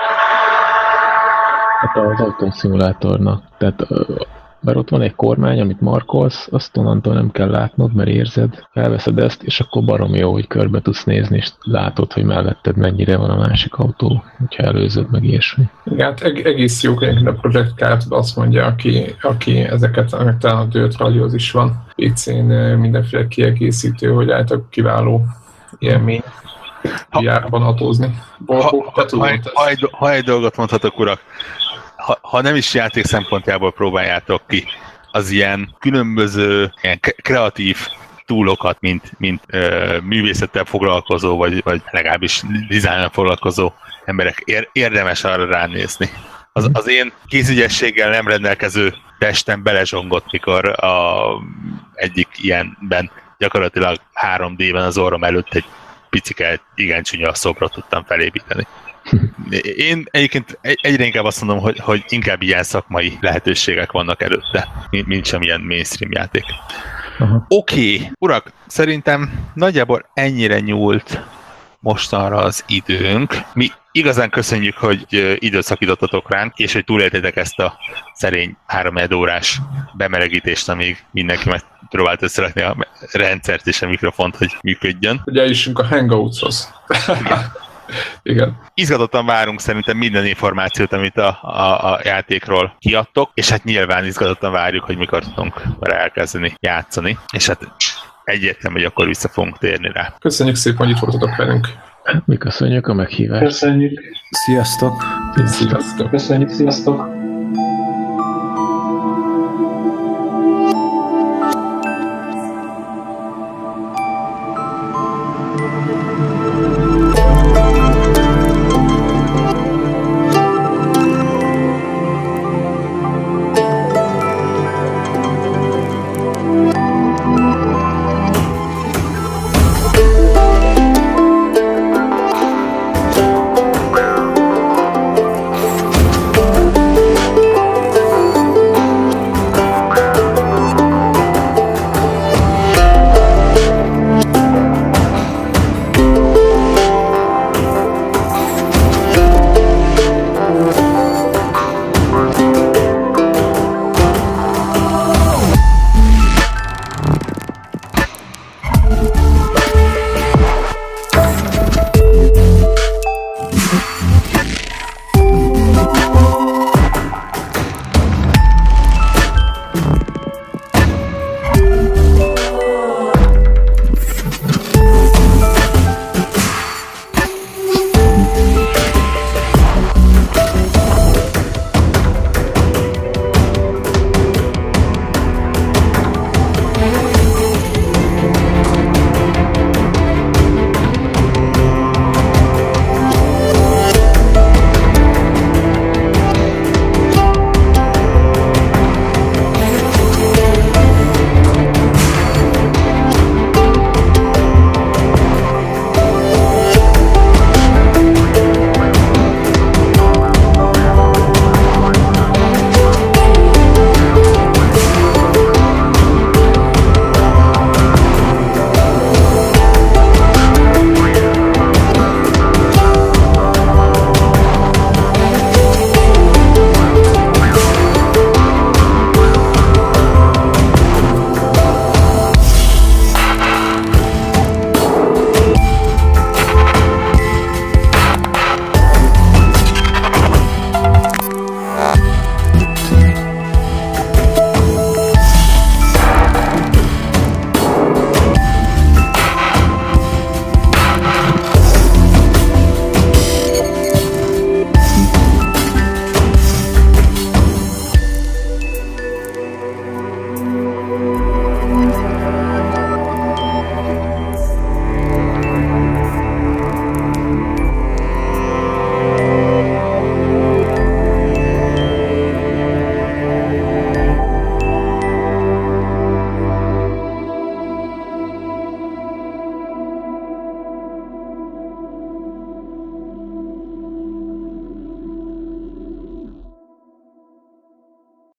Speaker 6: Hát az autószimulátornak. Tehát bár ott van egy kormány, amit markolsz, azt onnantól nem kell látnod, mert érzed, felveszed ezt, és akkor baromi jó, hogy körbe tudsz nézni, és látod, hogy melletted mennyire van a másik autó, hogyha előzöd meg ilyesmi.
Speaker 3: Igen, hát egész jó, hogy a Project Card azt mondja, aki ezeket, meg talán a Dirt Rally-hoz is van PC-n mindenféle kiegészítő, hogy általában kiváló élmény VR-ban autózni.
Speaker 1: Ha egy dolgot mondhatok, urak, ha nem is játék szempontjából próbáljátok ki az ilyen különböző ilyen kreatív túlokat, mint művészettel foglalkozó, vagy legalábbis dizájnnal foglalkozó emberek, érdemes arra ránézni. Az én kézügyességgel nem rendelkező testem belezsongott, mikor egyik ilyenben gyakorlatilag 3D-ben az orrom előtt egy picike, igen csúnya szobrot tudtam felépíteni. Én egyébként egyre inkább azt mondom, hogy inkább ilyen szakmai lehetőségek vannak előtte, mint sem ilyen mainstream játék. Oké, urak, szerintem nagyjából ennyire nyúlt mostanra az időnk. Mi igazán köszönjük, hogy időt szakítottatok ránk, és hogy túléltétek ezt a szerény 3 órás bemelegítést, amíg mindenki megpróbált összerakni a rendszert és a mikrofont, hogy működjön.
Speaker 3: Ugye eljussunk a Hangouts-hoz. Igen.
Speaker 1: Izgatottan várunk szerintem minden információt, amit a játékról kiadtok, és hát nyilván izgatottan várjuk, hogy mikor tudunk vele elkezdeni játszani, és hát egyértelmű, hogy akkor vissza fogunk térni rá.
Speaker 3: Köszönjük szépen, hogy itt voltatok velünk.
Speaker 6: Mi köszönjük a meghívást.
Speaker 2: Köszönjük.
Speaker 5: Sziasztok!
Speaker 3: Sziasztok!
Speaker 2: Köszönjük, sziasztok!